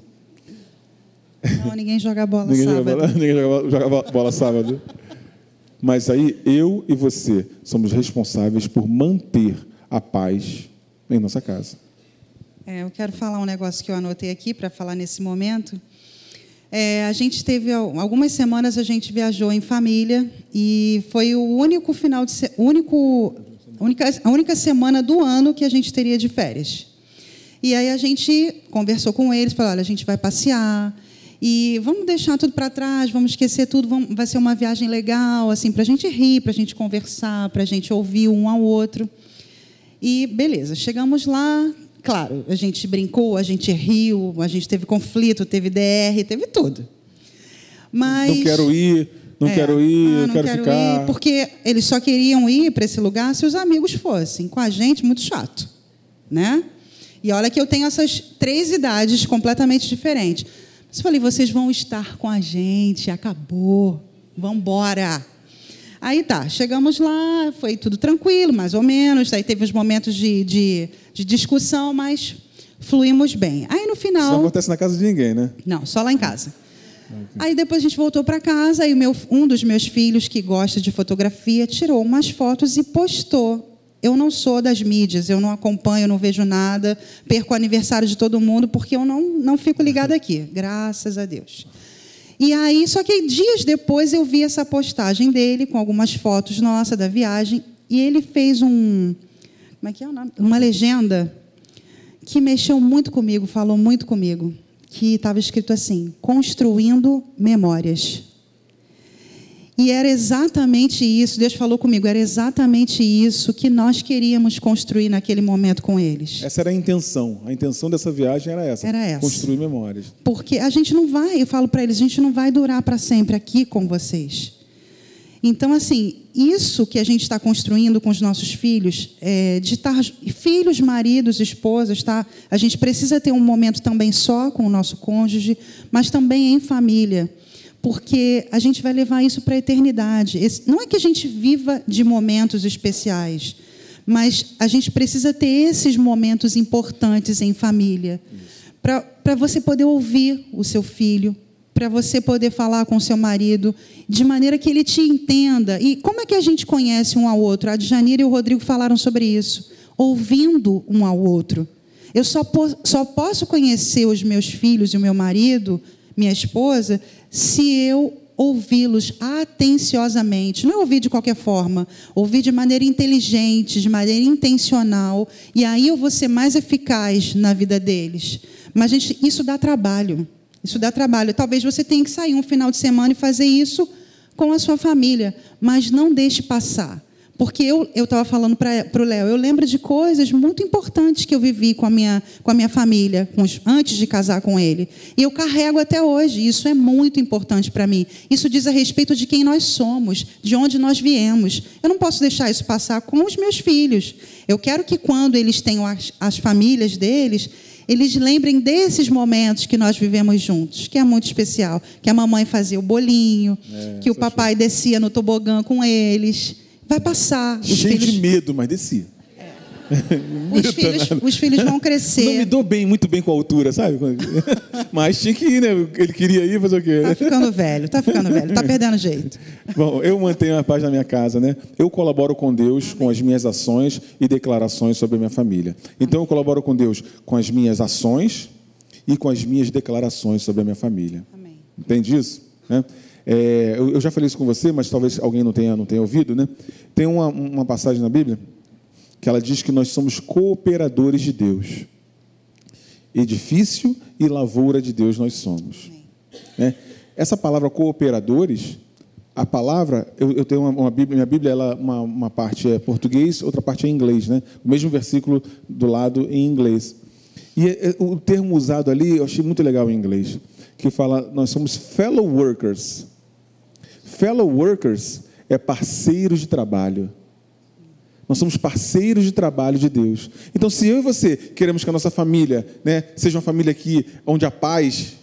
Não, ninguém joga bola
ninguém
sábado.
Joga bola, ninguém joga, joga bola sábado. Mas aí, eu e você somos responsáveis por manter a paz em nossa casa.
É, eu quero falar um negócio que eu anotei aqui para falar nesse momento. É, a gente teve algumas semanas, a gente viajou em família e foi o único final de se... único única a única semana do ano que a gente teria de férias. E aí a gente conversou com eles, falou: olha, a gente vai passear e vamos deixar tudo para trás, vamos esquecer tudo, vamos... vai ser uma viagem legal, assim, para a gente rir, para a gente conversar, para a gente ouvir um ao outro. E beleza, chegamos lá. Claro, a gente brincou, a gente riu, a gente teve conflito, teve D R, teve tudo. Mas
não quero ir, não
é,
quero ir,
ah,
eu
não
quero,
quero
ficar.
Ir, porque eles só queriam ir para esse lugar se os amigos fossem. Com a gente, muito chato, né? E olha que eu tenho essas três idades completamente diferentes. Mas eu falei: vocês vão estar com a gente, acabou, vamos embora. Aí tá, chegamos lá, foi tudo tranquilo, mais ou menos. Aí teve uns momentos de, de, de discussão, mas fluímos bem. Aí no final...
Isso não acontece na casa de ninguém, né?
Não, só lá em casa. Okay. Aí depois a gente voltou para casa, e meu, um dos meus filhos, que gosta de fotografia, tirou umas fotos e postou. Eu não sou das mídias, eu não acompanho, não vejo nada, perco o aniversário de todo mundo, porque eu não, não fico ligada aqui, graças a Deus. E aí, só que dias depois eu vi essa postagem dele com algumas fotos nossas da viagem, e ele fez um, como é que é o nome? Uma legenda que mexeu muito comigo, falou muito comigo, que estava escrito assim: construindo memórias. E era exatamente isso, Deus falou comigo, era exatamente isso que nós queríamos construir naquele momento com eles.
Essa era a intenção, a intenção dessa viagem era essa,
era essa.
Construir memórias.
Porque a gente não vai, eu falo para eles, a gente não vai durar para sempre aqui com vocês. Então, assim, isso que a gente está construindo com os nossos filhos, é, de estar, filhos, maridos, esposas, tá? A gente precisa ter um momento também só com o nosso cônjuge, mas também em família. Porque a gente vai levar isso para a eternidade. Esse, não é que a gente viva de momentos especiais, mas a gente precisa ter esses momentos importantes em família, para você poder ouvir o seu filho, para você poder falar com o seu marido, de maneira que ele te entenda. E como é que a gente conhece um ao outro? A Djanira e o Rodrigo falaram sobre isso. Ouvindo um ao outro. Eu só, po- só posso conhecer os meus filhos e o meu marido, minha esposa, se eu ouvi-los atenciosamente. Não é ouvir de qualquer forma, ouvir de maneira inteligente, de maneira intencional, e aí eu vou ser mais eficaz na vida deles. Mas, gente, isso dá trabalho. Isso dá trabalho. Talvez você tenha que sair um final de semana e fazer isso com a sua família, mas não deixe passar. Porque eu estava falando para o Léo, eu lembro de coisas muito importantes que eu vivi com a minha, com a minha família, com os, antes de casar com ele. E eu carrego até hoje, isso é muito importante para mim. Isso diz a respeito de quem nós somos, de onde nós viemos. Eu não posso deixar isso passar com os meus filhos. Eu quero que quando eles tenham as, as famílias deles, eles lembrem desses momentos que nós vivemos juntos, que é muito especial. Que a mamãe fazia o bolinho, é, que o papai foi. descia no tobogã com eles. Vai passar. Os
Cheio
filhos...
de medo, mas descia.
É. os, filhos, os filhos vão crescer.
Não me dou bem, muito bem com a altura, sabe? Mas tinha que ir, né? Ele queria ir, fazer o quê?
Tá ficando velho, tá ficando velho, tá perdendo jeito.
Bom, eu mantenho a paz na minha casa, né? Eu colaboro com Deus Amém. com as minhas ações e declarações sobre a minha família. Então, eu colaboro com Deus com as minhas ações e com as minhas declarações sobre a minha família.
Amém.
Entende isso? Né? É, eu, eu já falei isso com você, mas talvez alguém não tenha, não tenha ouvido, né? Tem uma, uma passagem na Bíblia que ela diz que nós somos cooperadores de Deus. Edifício e lavoura de Deus nós somos. Né? Essa palavra cooperadores, a palavra, eu, eu tenho uma, uma Bíblia, minha Bíblia, ela, uma, uma parte é português, outra parte é inglês, né? O mesmo versículo do lado em inglês. E é, o termo usado ali, eu achei muito legal em inglês, que fala, nós somos fellow workers. Fellow workers é parceiros de trabalho. Nós somos parceiros de trabalho de Deus. Então, se eu e você queremos que a nossa família, né, seja uma família aqui onde a paz,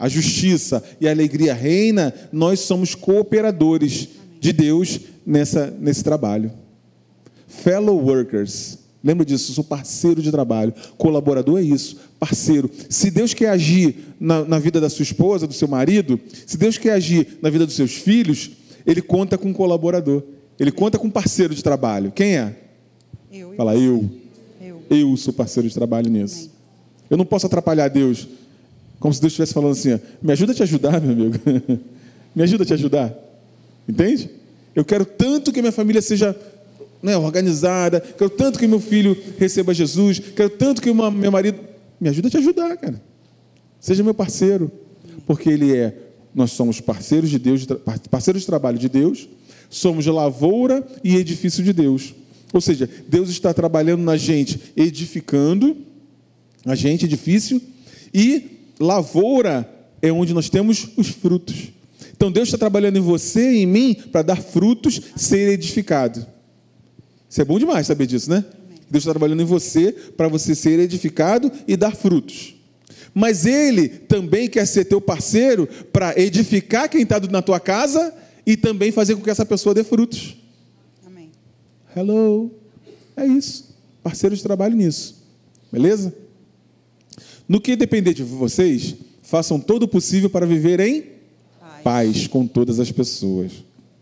a justiça e a alegria reina, nós somos cooperadores de Deus nessa, nesse trabalho. Fellow workers. Lembra disso? Eu sou parceiro de trabalho. Colaborador é isso, parceiro. Se Deus quer agir na, na vida da sua esposa, do seu marido, se Deus quer agir na vida dos seus filhos, Ele conta com um colaborador. Ele conta com um parceiro de trabalho. Quem é?
Eu.
Fala, eu.
Eu.
Eu sou parceiro de trabalho nisso.
Amém.
Eu não posso atrapalhar Deus. Como se Deus estivesse falando assim, ó, me ajuda a te ajudar, meu amigo. Me ajuda a te ajudar. Entende? Eu quero tanto que a minha família seja, né, organizada, quero tanto que meu filho receba Jesus, quero tanto que o meu marido... Me ajuda a te ajudar, cara. Seja meu parceiro. Porque Ele é... Nós somos parceiros de Deus, parceiros de trabalho de Deus, somos lavoura e edifício de Deus. Ou seja, Deus está trabalhando na gente, edificando a gente, edifício, e lavoura é onde nós temos os frutos. Então, Deus está trabalhando em você e em mim para dar frutos, ser edificado. Isso é bom demais saber disso, né? Deus está trabalhando em você para você ser edificado e dar frutos. Mas Ele também quer ser teu parceiro para edificar quem está na tua casa e também fazer com que essa pessoa dê frutos.
Amém.
Hello. É isso. Parceiro de trabalho nisso. Beleza? No que depender de vocês, façam todo o possível para viver em paz, paz com todas as pessoas.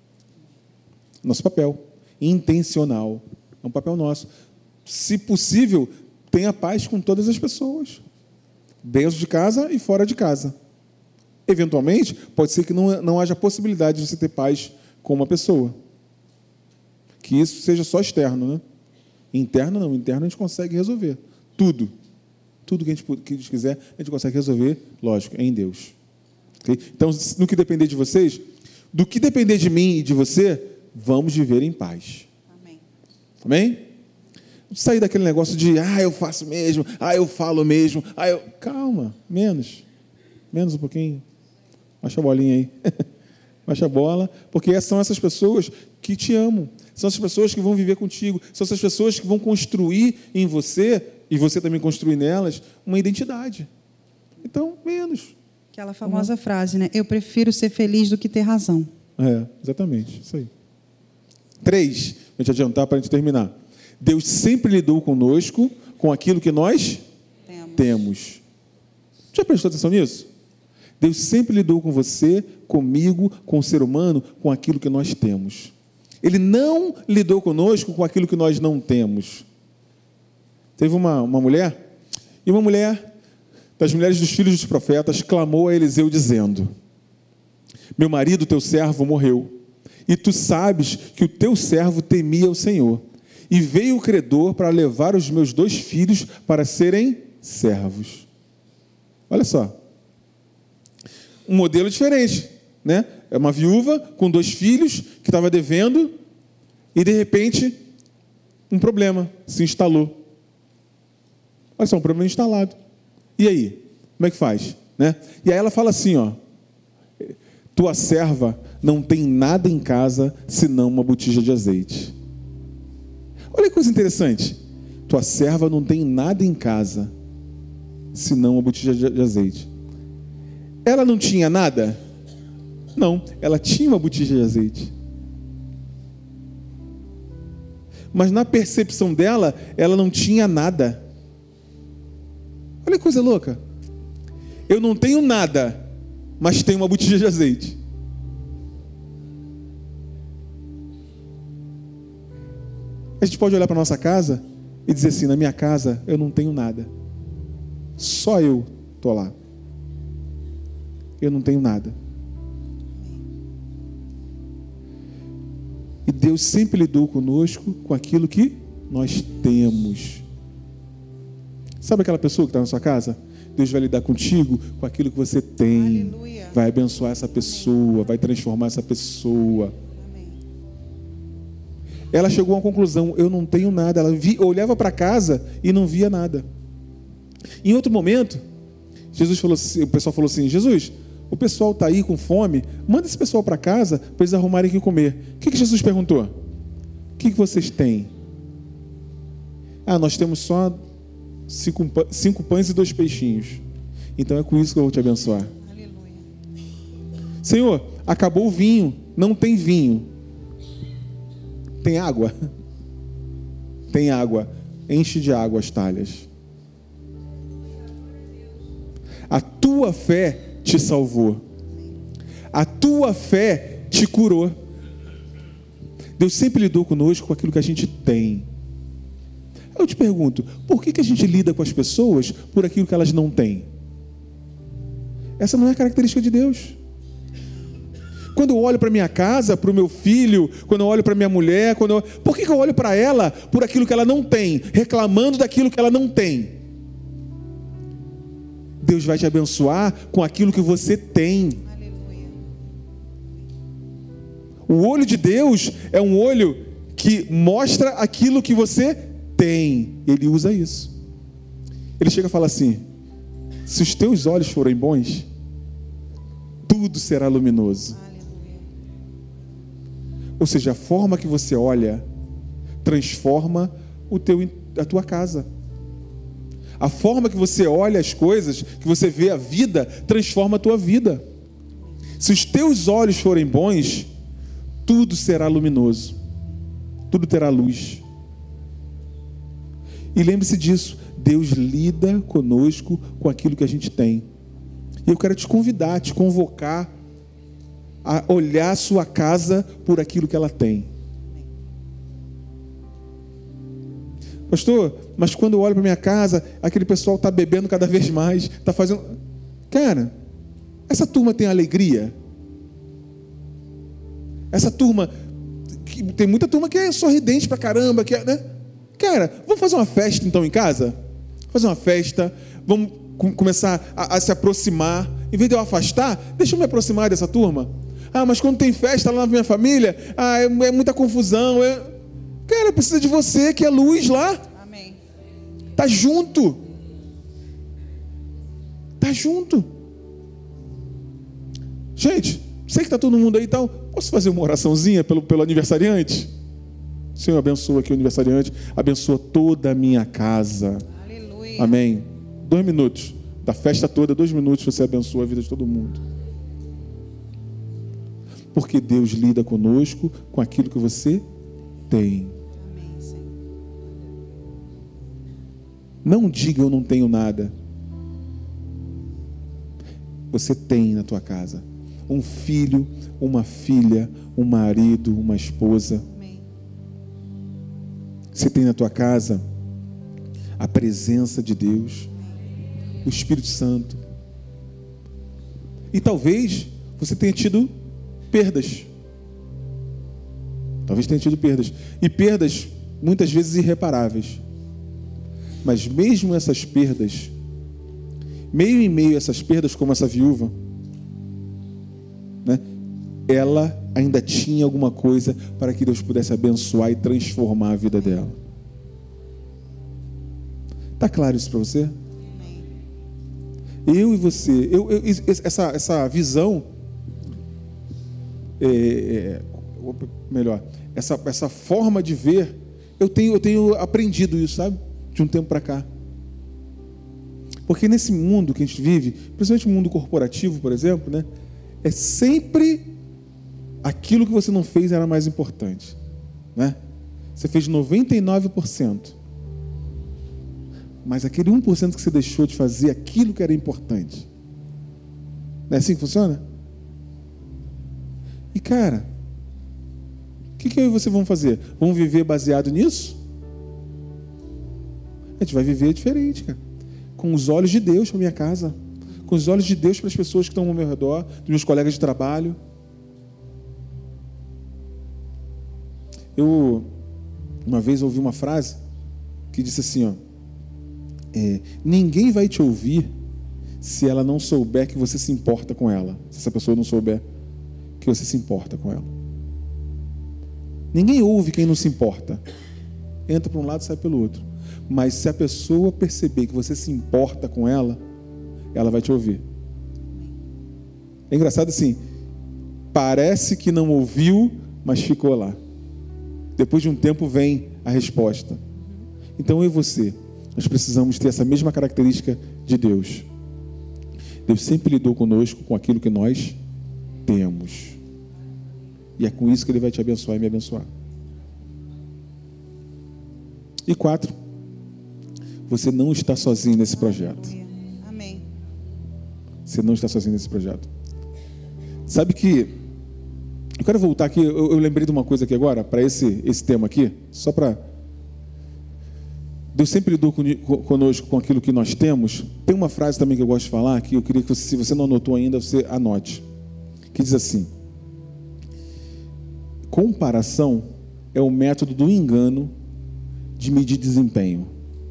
Nosso papel. Intencional. É um papel nosso. Se possível, tenha paz com todas as pessoas. Dentro de casa e fora de casa. Eventualmente, pode ser que não, não haja possibilidade de você ter paz com uma pessoa. Que isso seja só externo, né? Interno não, interno a gente consegue resolver. Tudo. Tudo que a gente, que a gente quiser, a gente consegue resolver, lógico, é em Deus. Okay? Então, no que depender de vocês, do que depender de mim e de você, vamos viver em paz.
Amém.
Amém? Sair daquele negócio de, ah, eu faço mesmo, ah, eu falo mesmo, ah, eu... Calma, menos. Menos um pouquinho. Baixa a bolinha aí. Baixa a bola, porque são essas pessoas que te amam. São essas pessoas que vão viver contigo. São essas pessoas que vão construir em você, e você também construir nelas, uma identidade. Então, menos.
Aquela famosa uhum. frase, né? Eu prefiro ser feliz do que ter razão.
É, exatamente. Isso aí. Três, a gente adiantar para a gente terminar. Deus sempre lidou conosco com aquilo que nós temos. temos. Já prestou atenção nisso? Deus sempre lidou com você, comigo, com o ser humano, com aquilo que nós temos. Ele não lidou conosco com aquilo que nós não temos. Teve uma, uma mulher, e uma mulher, das mulheres dos filhos dos profetas, clamou a Eliseu dizendo: meu marido, teu servo, morreu, e tu sabes que o teu servo temia o Senhor. E veio o credor para levar os meus dois filhos para serem servos. Olha só. Um modelo diferente, né? É uma viúva com dois filhos que estava devendo e, de repente, um problema se instalou. Olha só, um problema instalado. E aí? Como é que faz? Né? E aí ela fala assim, ó. Tua serva não tem nada em casa senão uma botija de azeite. Olha que coisa interessante. Tua serva não tem nada em casa, senão uma botija de azeite. Ela não tinha nada? Não, ela tinha uma botija de azeite. Mas na percepção dela, ela não tinha nada. Olha que coisa louca. Eu não tenho nada, mas tenho uma botija de azeite. A gente pode olhar para a nossa casa e dizer assim, na minha casa eu não tenho nada. Só eu estou lá. Eu não tenho nada. E Deus sempre lidou conosco com aquilo que nós temos. Sabe aquela pessoa que está na sua casa? Deus vai lidar contigo com aquilo que você tem.
Aleluia.
Vai abençoar essa pessoa, Amém. Vai transformar essa pessoa. Ela chegou a uma conclusão, eu não tenho nada. Ela vi, olhava para casa e não via nada. Em outro momento, Jesus falou assim, o pessoal falou assim, Jesus, o pessoal está aí com fome, manda esse pessoal para casa para eles arrumarem o que comer. O que, que Jesus perguntou? O que, que vocês têm? Ah, nós temos só cinco, cinco pães e dois peixinhos. Então é com isso que eu vou te abençoar.
Aleluia.
Senhor, acabou o vinho, não tem vinho. Tem água? Tem água. Enche de água as talhas. A tua fé te salvou. A tua fé te curou. Deus sempre lidou conosco com aquilo que a gente tem. Eu te pergunto, por que que a gente lida com as pessoas por aquilo que elas não têm? Essa não é a característica de Deus. Quando eu olho para minha casa, para o meu filho, quando eu olho para minha mulher, quando eu... por que que eu olho para ela por aquilo que ela não tem, reclamando daquilo que ela não tem? Deus vai te abençoar com aquilo que você tem. Aleluia. O olho de Deus é um olho que mostra aquilo que você tem. Ele usa isso. Ele chega e fala assim: se os teus olhos forem bons, tudo será luminoso. Aleluia. Ou seja, a forma que você olha transforma o teu, a tua casa. A forma que você olha as coisas, que você vê a vida, transforma a tua vida. Se os teus olhos forem bons, tudo será luminoso. Tudo terá luz. E lembre-se disso, Deus lida conosco com aquilo que a gente tem. E eu quero te convidar, te convocar a olhar a sua casa por aquilo que ela tem. Pastor, mas quando eu olho para minha casa, aquele pessoal está bebendo cada vez mais, está fazendo... Cara, essa turma tem alegria? Essa turma... Tem muita turma que é sorridente pra caramba, que é, né? Cara, vamos fazer uma festa então em casa? Fazer uma festa, vamos com, começar a, a se aproximar. Em vez de eu afastar, deixa eu me aproximar dessa turma. Ah, mas quando tem festa lá na minha família, ah, é, é muita confusão, é... Cara, precisa de você, que é luz lá. Amém. Tá junto. Tá junto. Gente, sei que tá todo mundo aí e tal. Posso fazer uma oraçãozinha pelo, pelo aniversariante? Senhor, abençoa aqui o aniversariante. Abençoa toda a minha casa. Aleluia. Amém. Dois minutos. Da festa toda, dois minutos, você abençoa a vida de todo mundo. Porque Deus lida conosco com aquilo que você tem. Não diga eu não tenho nada. Você tem na tua casa um filho, uma filha, um marido, uma esposa. Amém. Você tem na tua casa a presença de Deus, o Espírito Santo. E talvez você tenha tido perdas. Talvez tenha tido perdas. E perdas muitas vezes irreparáveis. Mas mesmo essas perdas, meio em meio a essas perdas, como essa viúva, né, ela ainda tinha alguma coisa para que Deus pudesse abençoar e transformar a vida dela. Está claro isso para você? Eu e você, eu, eu, essa, essa visão, é, é, melhor, essa, essa forma de ver, eu tenho, eu tenho aprendido isso, sabe? De um tempo para cá. Porque nesse mundo que a gente vive, principalmente o mundo corporativo, por exemplo, né, é sempre aquilo que você não fez era mais importante, né? Você fez noventa e nove por cento, mas aquele um por cento que você deixou de fazer aquilo que era importante. Não é assim que funciona? E cara, o que, que eu e você vamos fazer? Vamos viver baseado nisso? A gente vai viver diferente, cara. Com os olhos de Deus para minha casa. Com os olhos de Deus para as pessoas que estão ao meu redor, dos meus colegas de trabalho. Eu, uma vez, ouvi uma frase que disse assim, ó, é, ninguém vai te ouvir se ela não souber que você se importa com ela. Se essa pessoa não souber que você se importa com ela. Ninguém ouve quem não se importa. Entra para um lado e sai pelo outro. Mas se a pessoa perceber que você se importa com ela, ela vai te ouvir. É engraçado assim, parece que não ouviu, mas ficou lá. Depois de um tempo vem a resposta. Então eu e você, nós precisamos ter essa mesma característica de Deus. Deus sempre lidou conosco com aquilo que nós temos. E é com isso que Ele vai te abençoar e me abençoar. E quatro, você não está sozinho nesse projeto.
Amém.
Você não está sozinho nesse projeto. Sabe que... Eu quero voltar aqui, eu, eu lembrei de uma coisa aqui agora, para esse, esse tema aqui, só para... Deus sempre lidou conosco com aquilo que nós temos. Tem uma frase também que eu gosto de falar, que eu queria que você, se você não anotou ainda, você anote. Que diz assim: comparação é o método do engano de medir desempenho.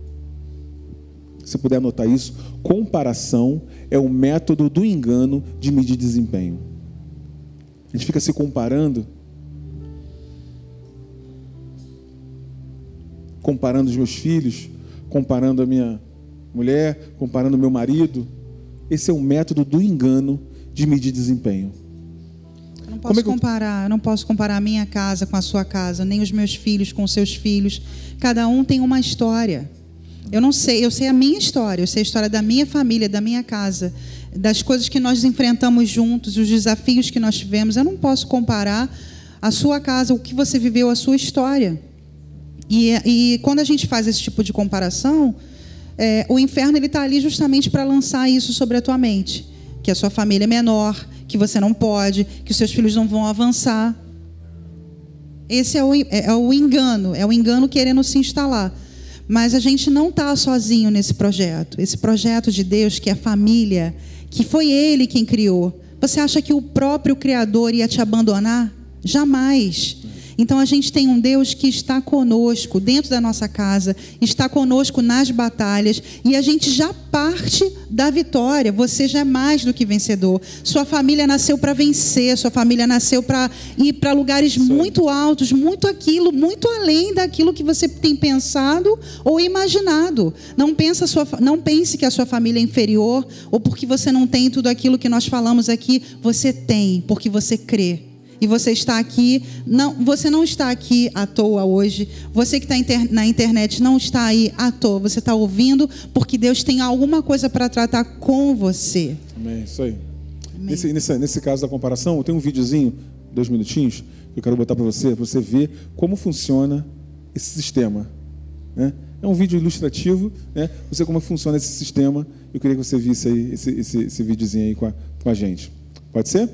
Se você puder anotar isso, comparação é o método do engano de medir desempenho. A gente fica se comparando, comparando os meus filhos, comparando a minha mulher, comparando o meu marido. Esse é o método do engano de medir desempenho.
Eu não posso é comparar, eu não posso comparar a minha casa com a sua casa, nem os meus filhos com os seus filhos. Cada um tem uma história. Eu não sei, eu sei a minha história, eu sei a história da minha família, da minha casa, das coisas que nós enfrentamos juntos, os desafios que nós tivemos. Eu não posso comparar a sua casa, o que você viveu, a sua história. E, e quando a gente faz esse tipo de comparação, é, o inferno ele está ali justamente para lançar isso sobre a tua mente, que a sua família é menor, que você não pode, que os seus filhos não vão avançar. Esse é o, é, é o engano, é o engano querendo se instalar. Mas a gente não está sozinho nesse projeto. Esse projeto de Deus, que é a família, que foi Ele quem criou. Você acha que o próprio Criador ia te abandonar? Jamais. Então a gente tem um Deus que está conosco dentro da nossa casa, está conosco nas batalhas, e a gente já parte da vitória. Você já é mais do que vencedor. Sua família nasceu para vencer, sua família nasceu para ir para lugares Sim. muito altos, muito aquilo, muito além daquilo que você tem pensado ou imaginado. Não, pensa sua, não pense que a sua família é inferior, ou porque você não tem tudo aquilo que nós falamos aqui. Você tem, porque você crê. E você está aqui, não, você não está aqui à toa hoje. Você que está inter, na internet não está aí à toa. Você está ouvindo porque Deus tem alguma coisa para tratar com você.
Amém, isso aí. Nesse, nesse, nesse caso da comparação, eu tenho um videozinho, dois minutinhos, que eu quero botar para você, para você ver como funciona esse sistema. Né? É um vídeo ilustrativo, né? Você como funciona esse sistema. Eu queria que você visse aí esse, esse, esse videozinho aí com a, com a gente. Pode ser?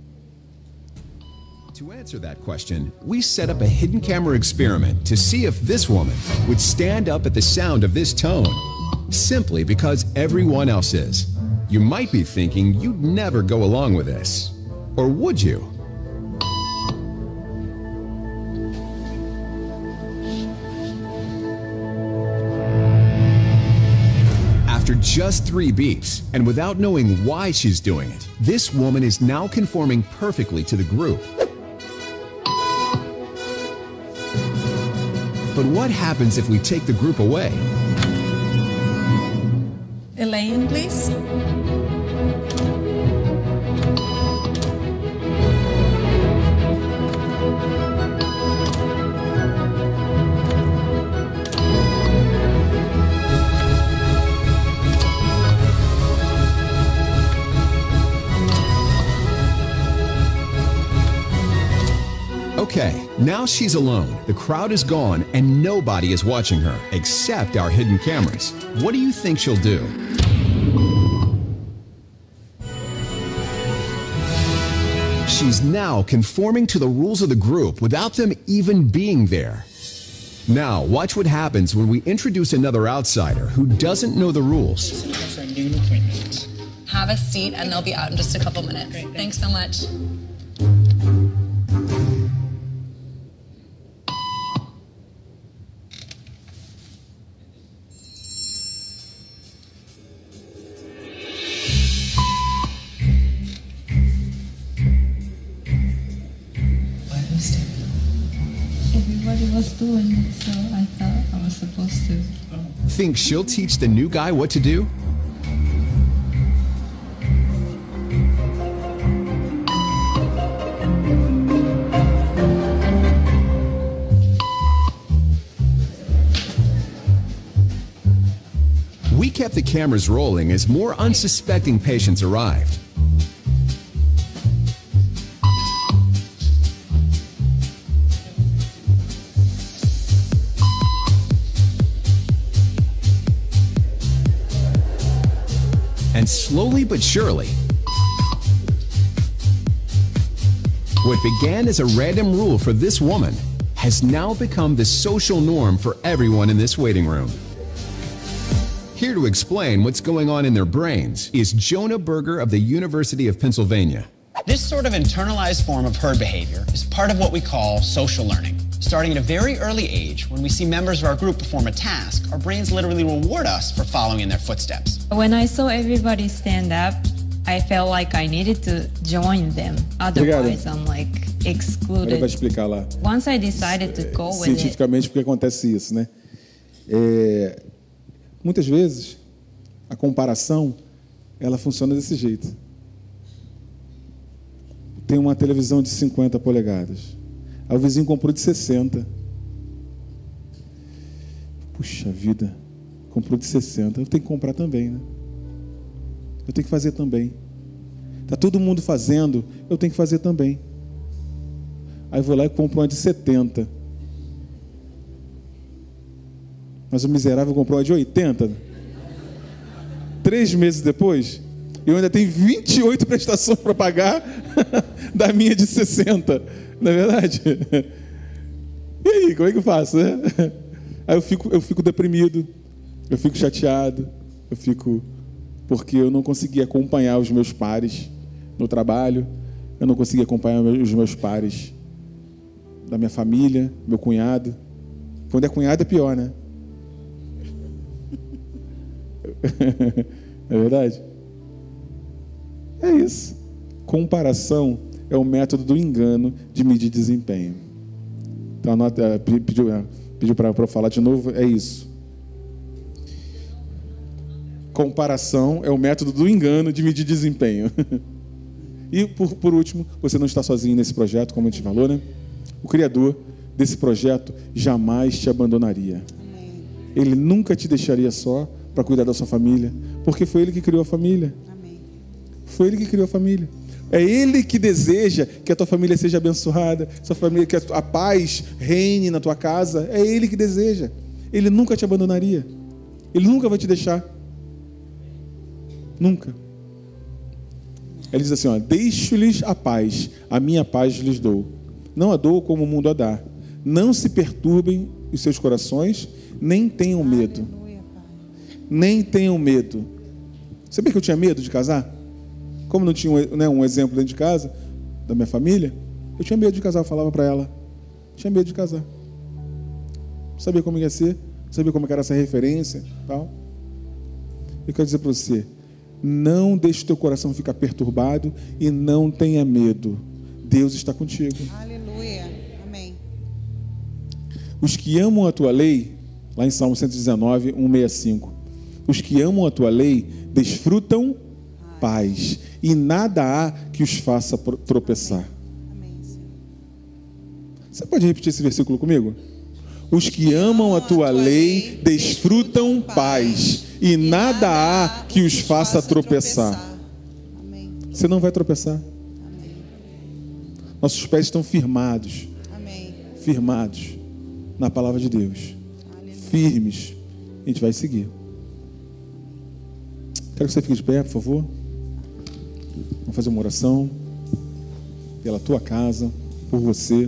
To answer that question, we set up a hidden camera experiment to see if this woman would stand up at the sound of this tone, simply because everyone else is. You might be thinking you'd never go along with this. Or would you? After just three beeps, and without knowing why she's doing it, this woman is now conforming perfectly to the group. But what happens if we take the group away?
Elaine, please.
Okay, now she's alone. The crowd is gone and nobody is watching her except our hidden cameras. What do you think she'll do? She's now conforming to the rules of the group without them even being there. Now, watch what happens when we introduce another outsider who doesn't know the rules.
Have a seat and they'll be out in just a couple minutes. Great, thanks. Thanks so much.
Everybody was doing it, so I thought I was supposed to.
Think she'll teach the new guy what to do? We kept the cameras rolling as more unsuspecting patients arrived. And slowly but surely, what began as a random rule for this woman has now become the social norm for everyone in this waiting room. Here to explain what's going on in their brains is Jonah Berger of the University of Pennsylvania.
This sort of internalized form of herd behavior is part of what we call social learning. Starting at a very early age, when we see members of our group perform a task, our brains literally reward us for following in their footsteps.
When I saw everybody stand up, I felt like I needed to join them. Otherwise, I'm like excluded.
Ele vai explicar lá.
Once I decided to go with it.
Cientificamente, porque acontece isso, né? É, muitas vezes, a comparação, ela funciona desse jeito. Tem uma televisão de cinquenta polegadas. Aí o vizinho comprou de sessenta. Puxa vida, comprou de sessenta. Eu tenho que comprar também, né? Eu tenho que fazer também. Está todo mundo fazendo, eu tenho que fazer também. Aí eu vou lá e compro uma de setenta. Mas o miserável comprou uma de oitenta. Três meses depois, eu ainda tenho vinte e oito prestações para pagar da minha de sessenta. Não é verdade? E aí, como é que eu faço, né? Aí eu fico, eu fico deprimido, eu fico chateado, eu fico... porque eu não consegui acompanhar os meus pares no trabalho, eu não consegui acompanhar os meus pares da minha família, meu cunhado. Quando é cunhado é pior, né? É verdade? É isso. Comparação é o método do engano de medir desempenho. Então, anota, pediu, pediu para eu falar de novo, é isso. Comparação é o método do engano de medir desempenho. E, por, por último, você não está sozinho nesse projeto, como a gente falou, né? O Criador desse projeto jamais te abandonaria. Amém. Ele nunca te deixaria só para cuidar da sua família, porque foi Ele que criou a família. Amém. Foi Ele que criou a família. É Ele que deseja que a tua família seja abençoada, sua família, que a paz reine na tua casa. É Ele que deseja. Ele nunca te abandonaria. Ele nunca vai te deixar. Nunca. Ele diz assim, ó, deixo-lhes a paz, a minha paz lhes dou. Não a dou como o mundo a dá. Não se perturbem os seus corações, nem tenham medo. Nem tenham medo. Sabia que eu tinha medo de casar? Como não tinha um, né, um exemplo dentro de casa, da minha família, eu tinha medo de casar, eu falava para ela. Tinha medo de casar. Sabia como ia ser, sabia como era essa referência, tal. Eu quero dizer para você, não deixe o teu coração ficar perturbado e não tenha medo. Deus está contigo.
Aleluia. Amém.
Os que amam a tua lei, lá em Salmo cento e dezenove, um sessenta e cinco. Os que amam a tua lei desfrutam paz, e nada há que os faça tropeçar.
Amém.
Você pode repetir esse versículo comigo? Os que amam a tua lei desfrutam paz, e nada há que os faça tropeçar. Você não vai tropeçar. Nossos pés estão firmados, firmados na palavra de Deus, firmes. A gente vai seguir. Quero que você fique de pé, por favor. Vamos fazer uma oração pela tua casa, por você.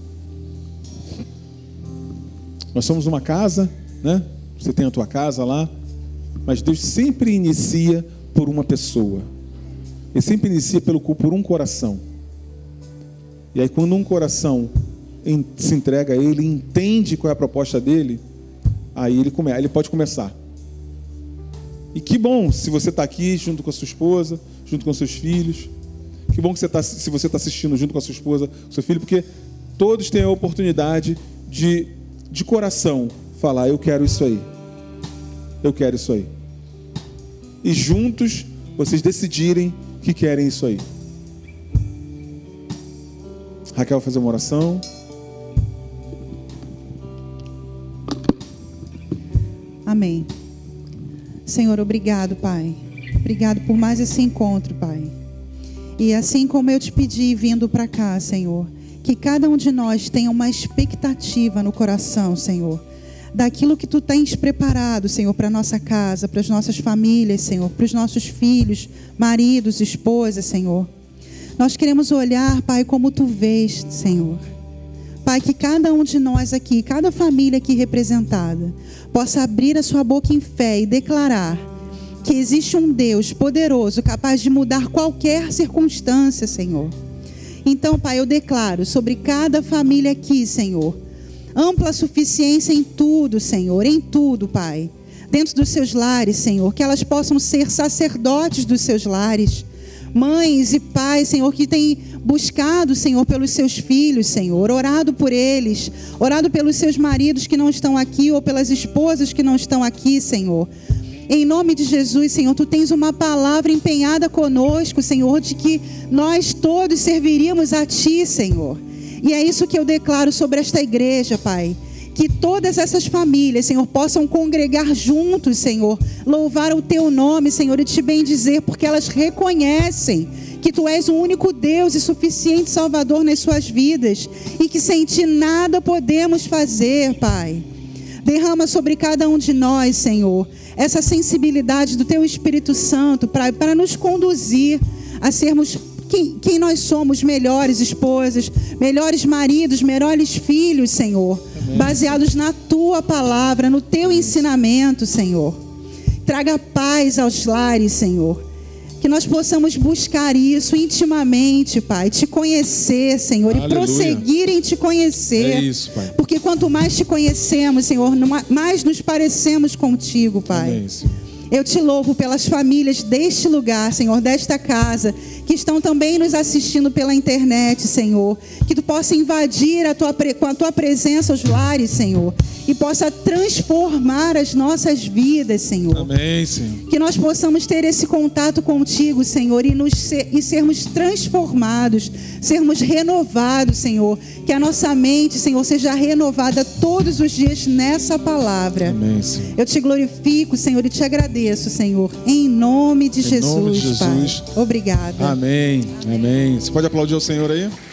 Nós somos uma casa, né? Você tem a tua casa lá, mas Deus sempre inicia por uma pessoa. Ele sempre inicia pelo, por um coração. E aí quando um coração se entrega a Ele, entende qual é a proposta dele, aí ele, come, aí ele pode começar. E que bom se você está aqui junto com a sua esposa, junto com seus filhos. Que bom que você tá, se você está assistindo junto com a sua esposa, com seu filho, porque todos têm a oportunidade de, de coração, falar, eu quero isso aí. Eu quero isso aí. E juntos, vocês decidirem que querem isso aí. Raquel vai fazer uma oração.
Amém. Senhor, obrigado, Pai. Obrigado por mais esse encontro, Pai. E assim como eu te pedi vindo para cá, Senhor, que cada um de nós tenha uma expectativa no coração, Senhor. daquilo que Tu tens preparado, Senhor, para a nossa casa, para as nossas famílias, Senhor, para os nossos filhos, maridos, esposas, Senhor. Nós queremos olhar, Pai, como Tu vês, Senhor. Pai, que cada um de nós aqui, cada família aqui representada, possa abrir a sua boca em fé e declarar que existe um Deus poderoso, capaz de mudar qualquer circunstância, Senhor. Então, Pai, eu declaro sobre cada família aqui, Senhor, ampla suficiência em tudo, Senhor, em tudo, Pai. Dentro dos seus lares, Senhor, que elas possam ser sacerdotes dos seus lares. Mães e pais, Senhor, que têm buscado, Senhor, pelos seus filhos, Senhor, orado por eles, orado pelos seus maridos que não estão aqui ou pelas esposas que não estão aqui, Senhor. Em nome de Jesus, Senhor, Tu tens uma palavra empenhada conosco, Senhor, de que nós todos serviríamos a Ti, Senhor. E é isso que eu declaro sobre esta igreja, Pai. Que todas essas famílias, Senhor, possam congregar juntos, Senhor, louvar o Teu nome, Senhor, e Te bendizer, porque elas reconhecem que Tu és o único Deus e suficiente Salvador nas suas vidas, e que sem Ti nada podemos fazer, Pai. Derrama sobre cada um de nós, Senhor, essa sensibilidade do Teu Espírito Santo para, para nos conduzir a sermos quem, quem nós somos, melhores esposas, melhores maridos, melhores filhos, Senhor. Amém. Baseados na Tua palavra, no Teu ensinamento, Senhor. Traga paz aos lares, Senhor. Que nós possamos buscar isso intimamente, Pai. Te conhecer, Senhor. Aleluia. E prosseguir em Te conhecer.
É isso, Pai.
Porque quanto mais Te conhecemos, Senhor, mais nos parecemos contigo, Pai. Amém, eu Te louvo pelas famílias deste lugar, Senhor, desta casa, que estão também nos assistindo pela internet, Senhor. Que Tu possa invadir a tua, com a Tua presença os lares, Senhor. E possa transformar as nossas vidas, Senhor.
Amém, Senhor.
Que nós possamos ter esse contato contigo, Senhor, e, nos ser, e sermos transformados, sermos renovados, Senhor. Que a nossa mente, Senhor, seja renovada todos os dias nessa palavra. Amém, Senhor. Eu Te glorifico, Senhor, e Te agradeço, Senhor, em nome de, em Jesus, nome de Jesus, Pai. Obrigada.
Amém, amém. Você pode aplaudir o Senhor aí?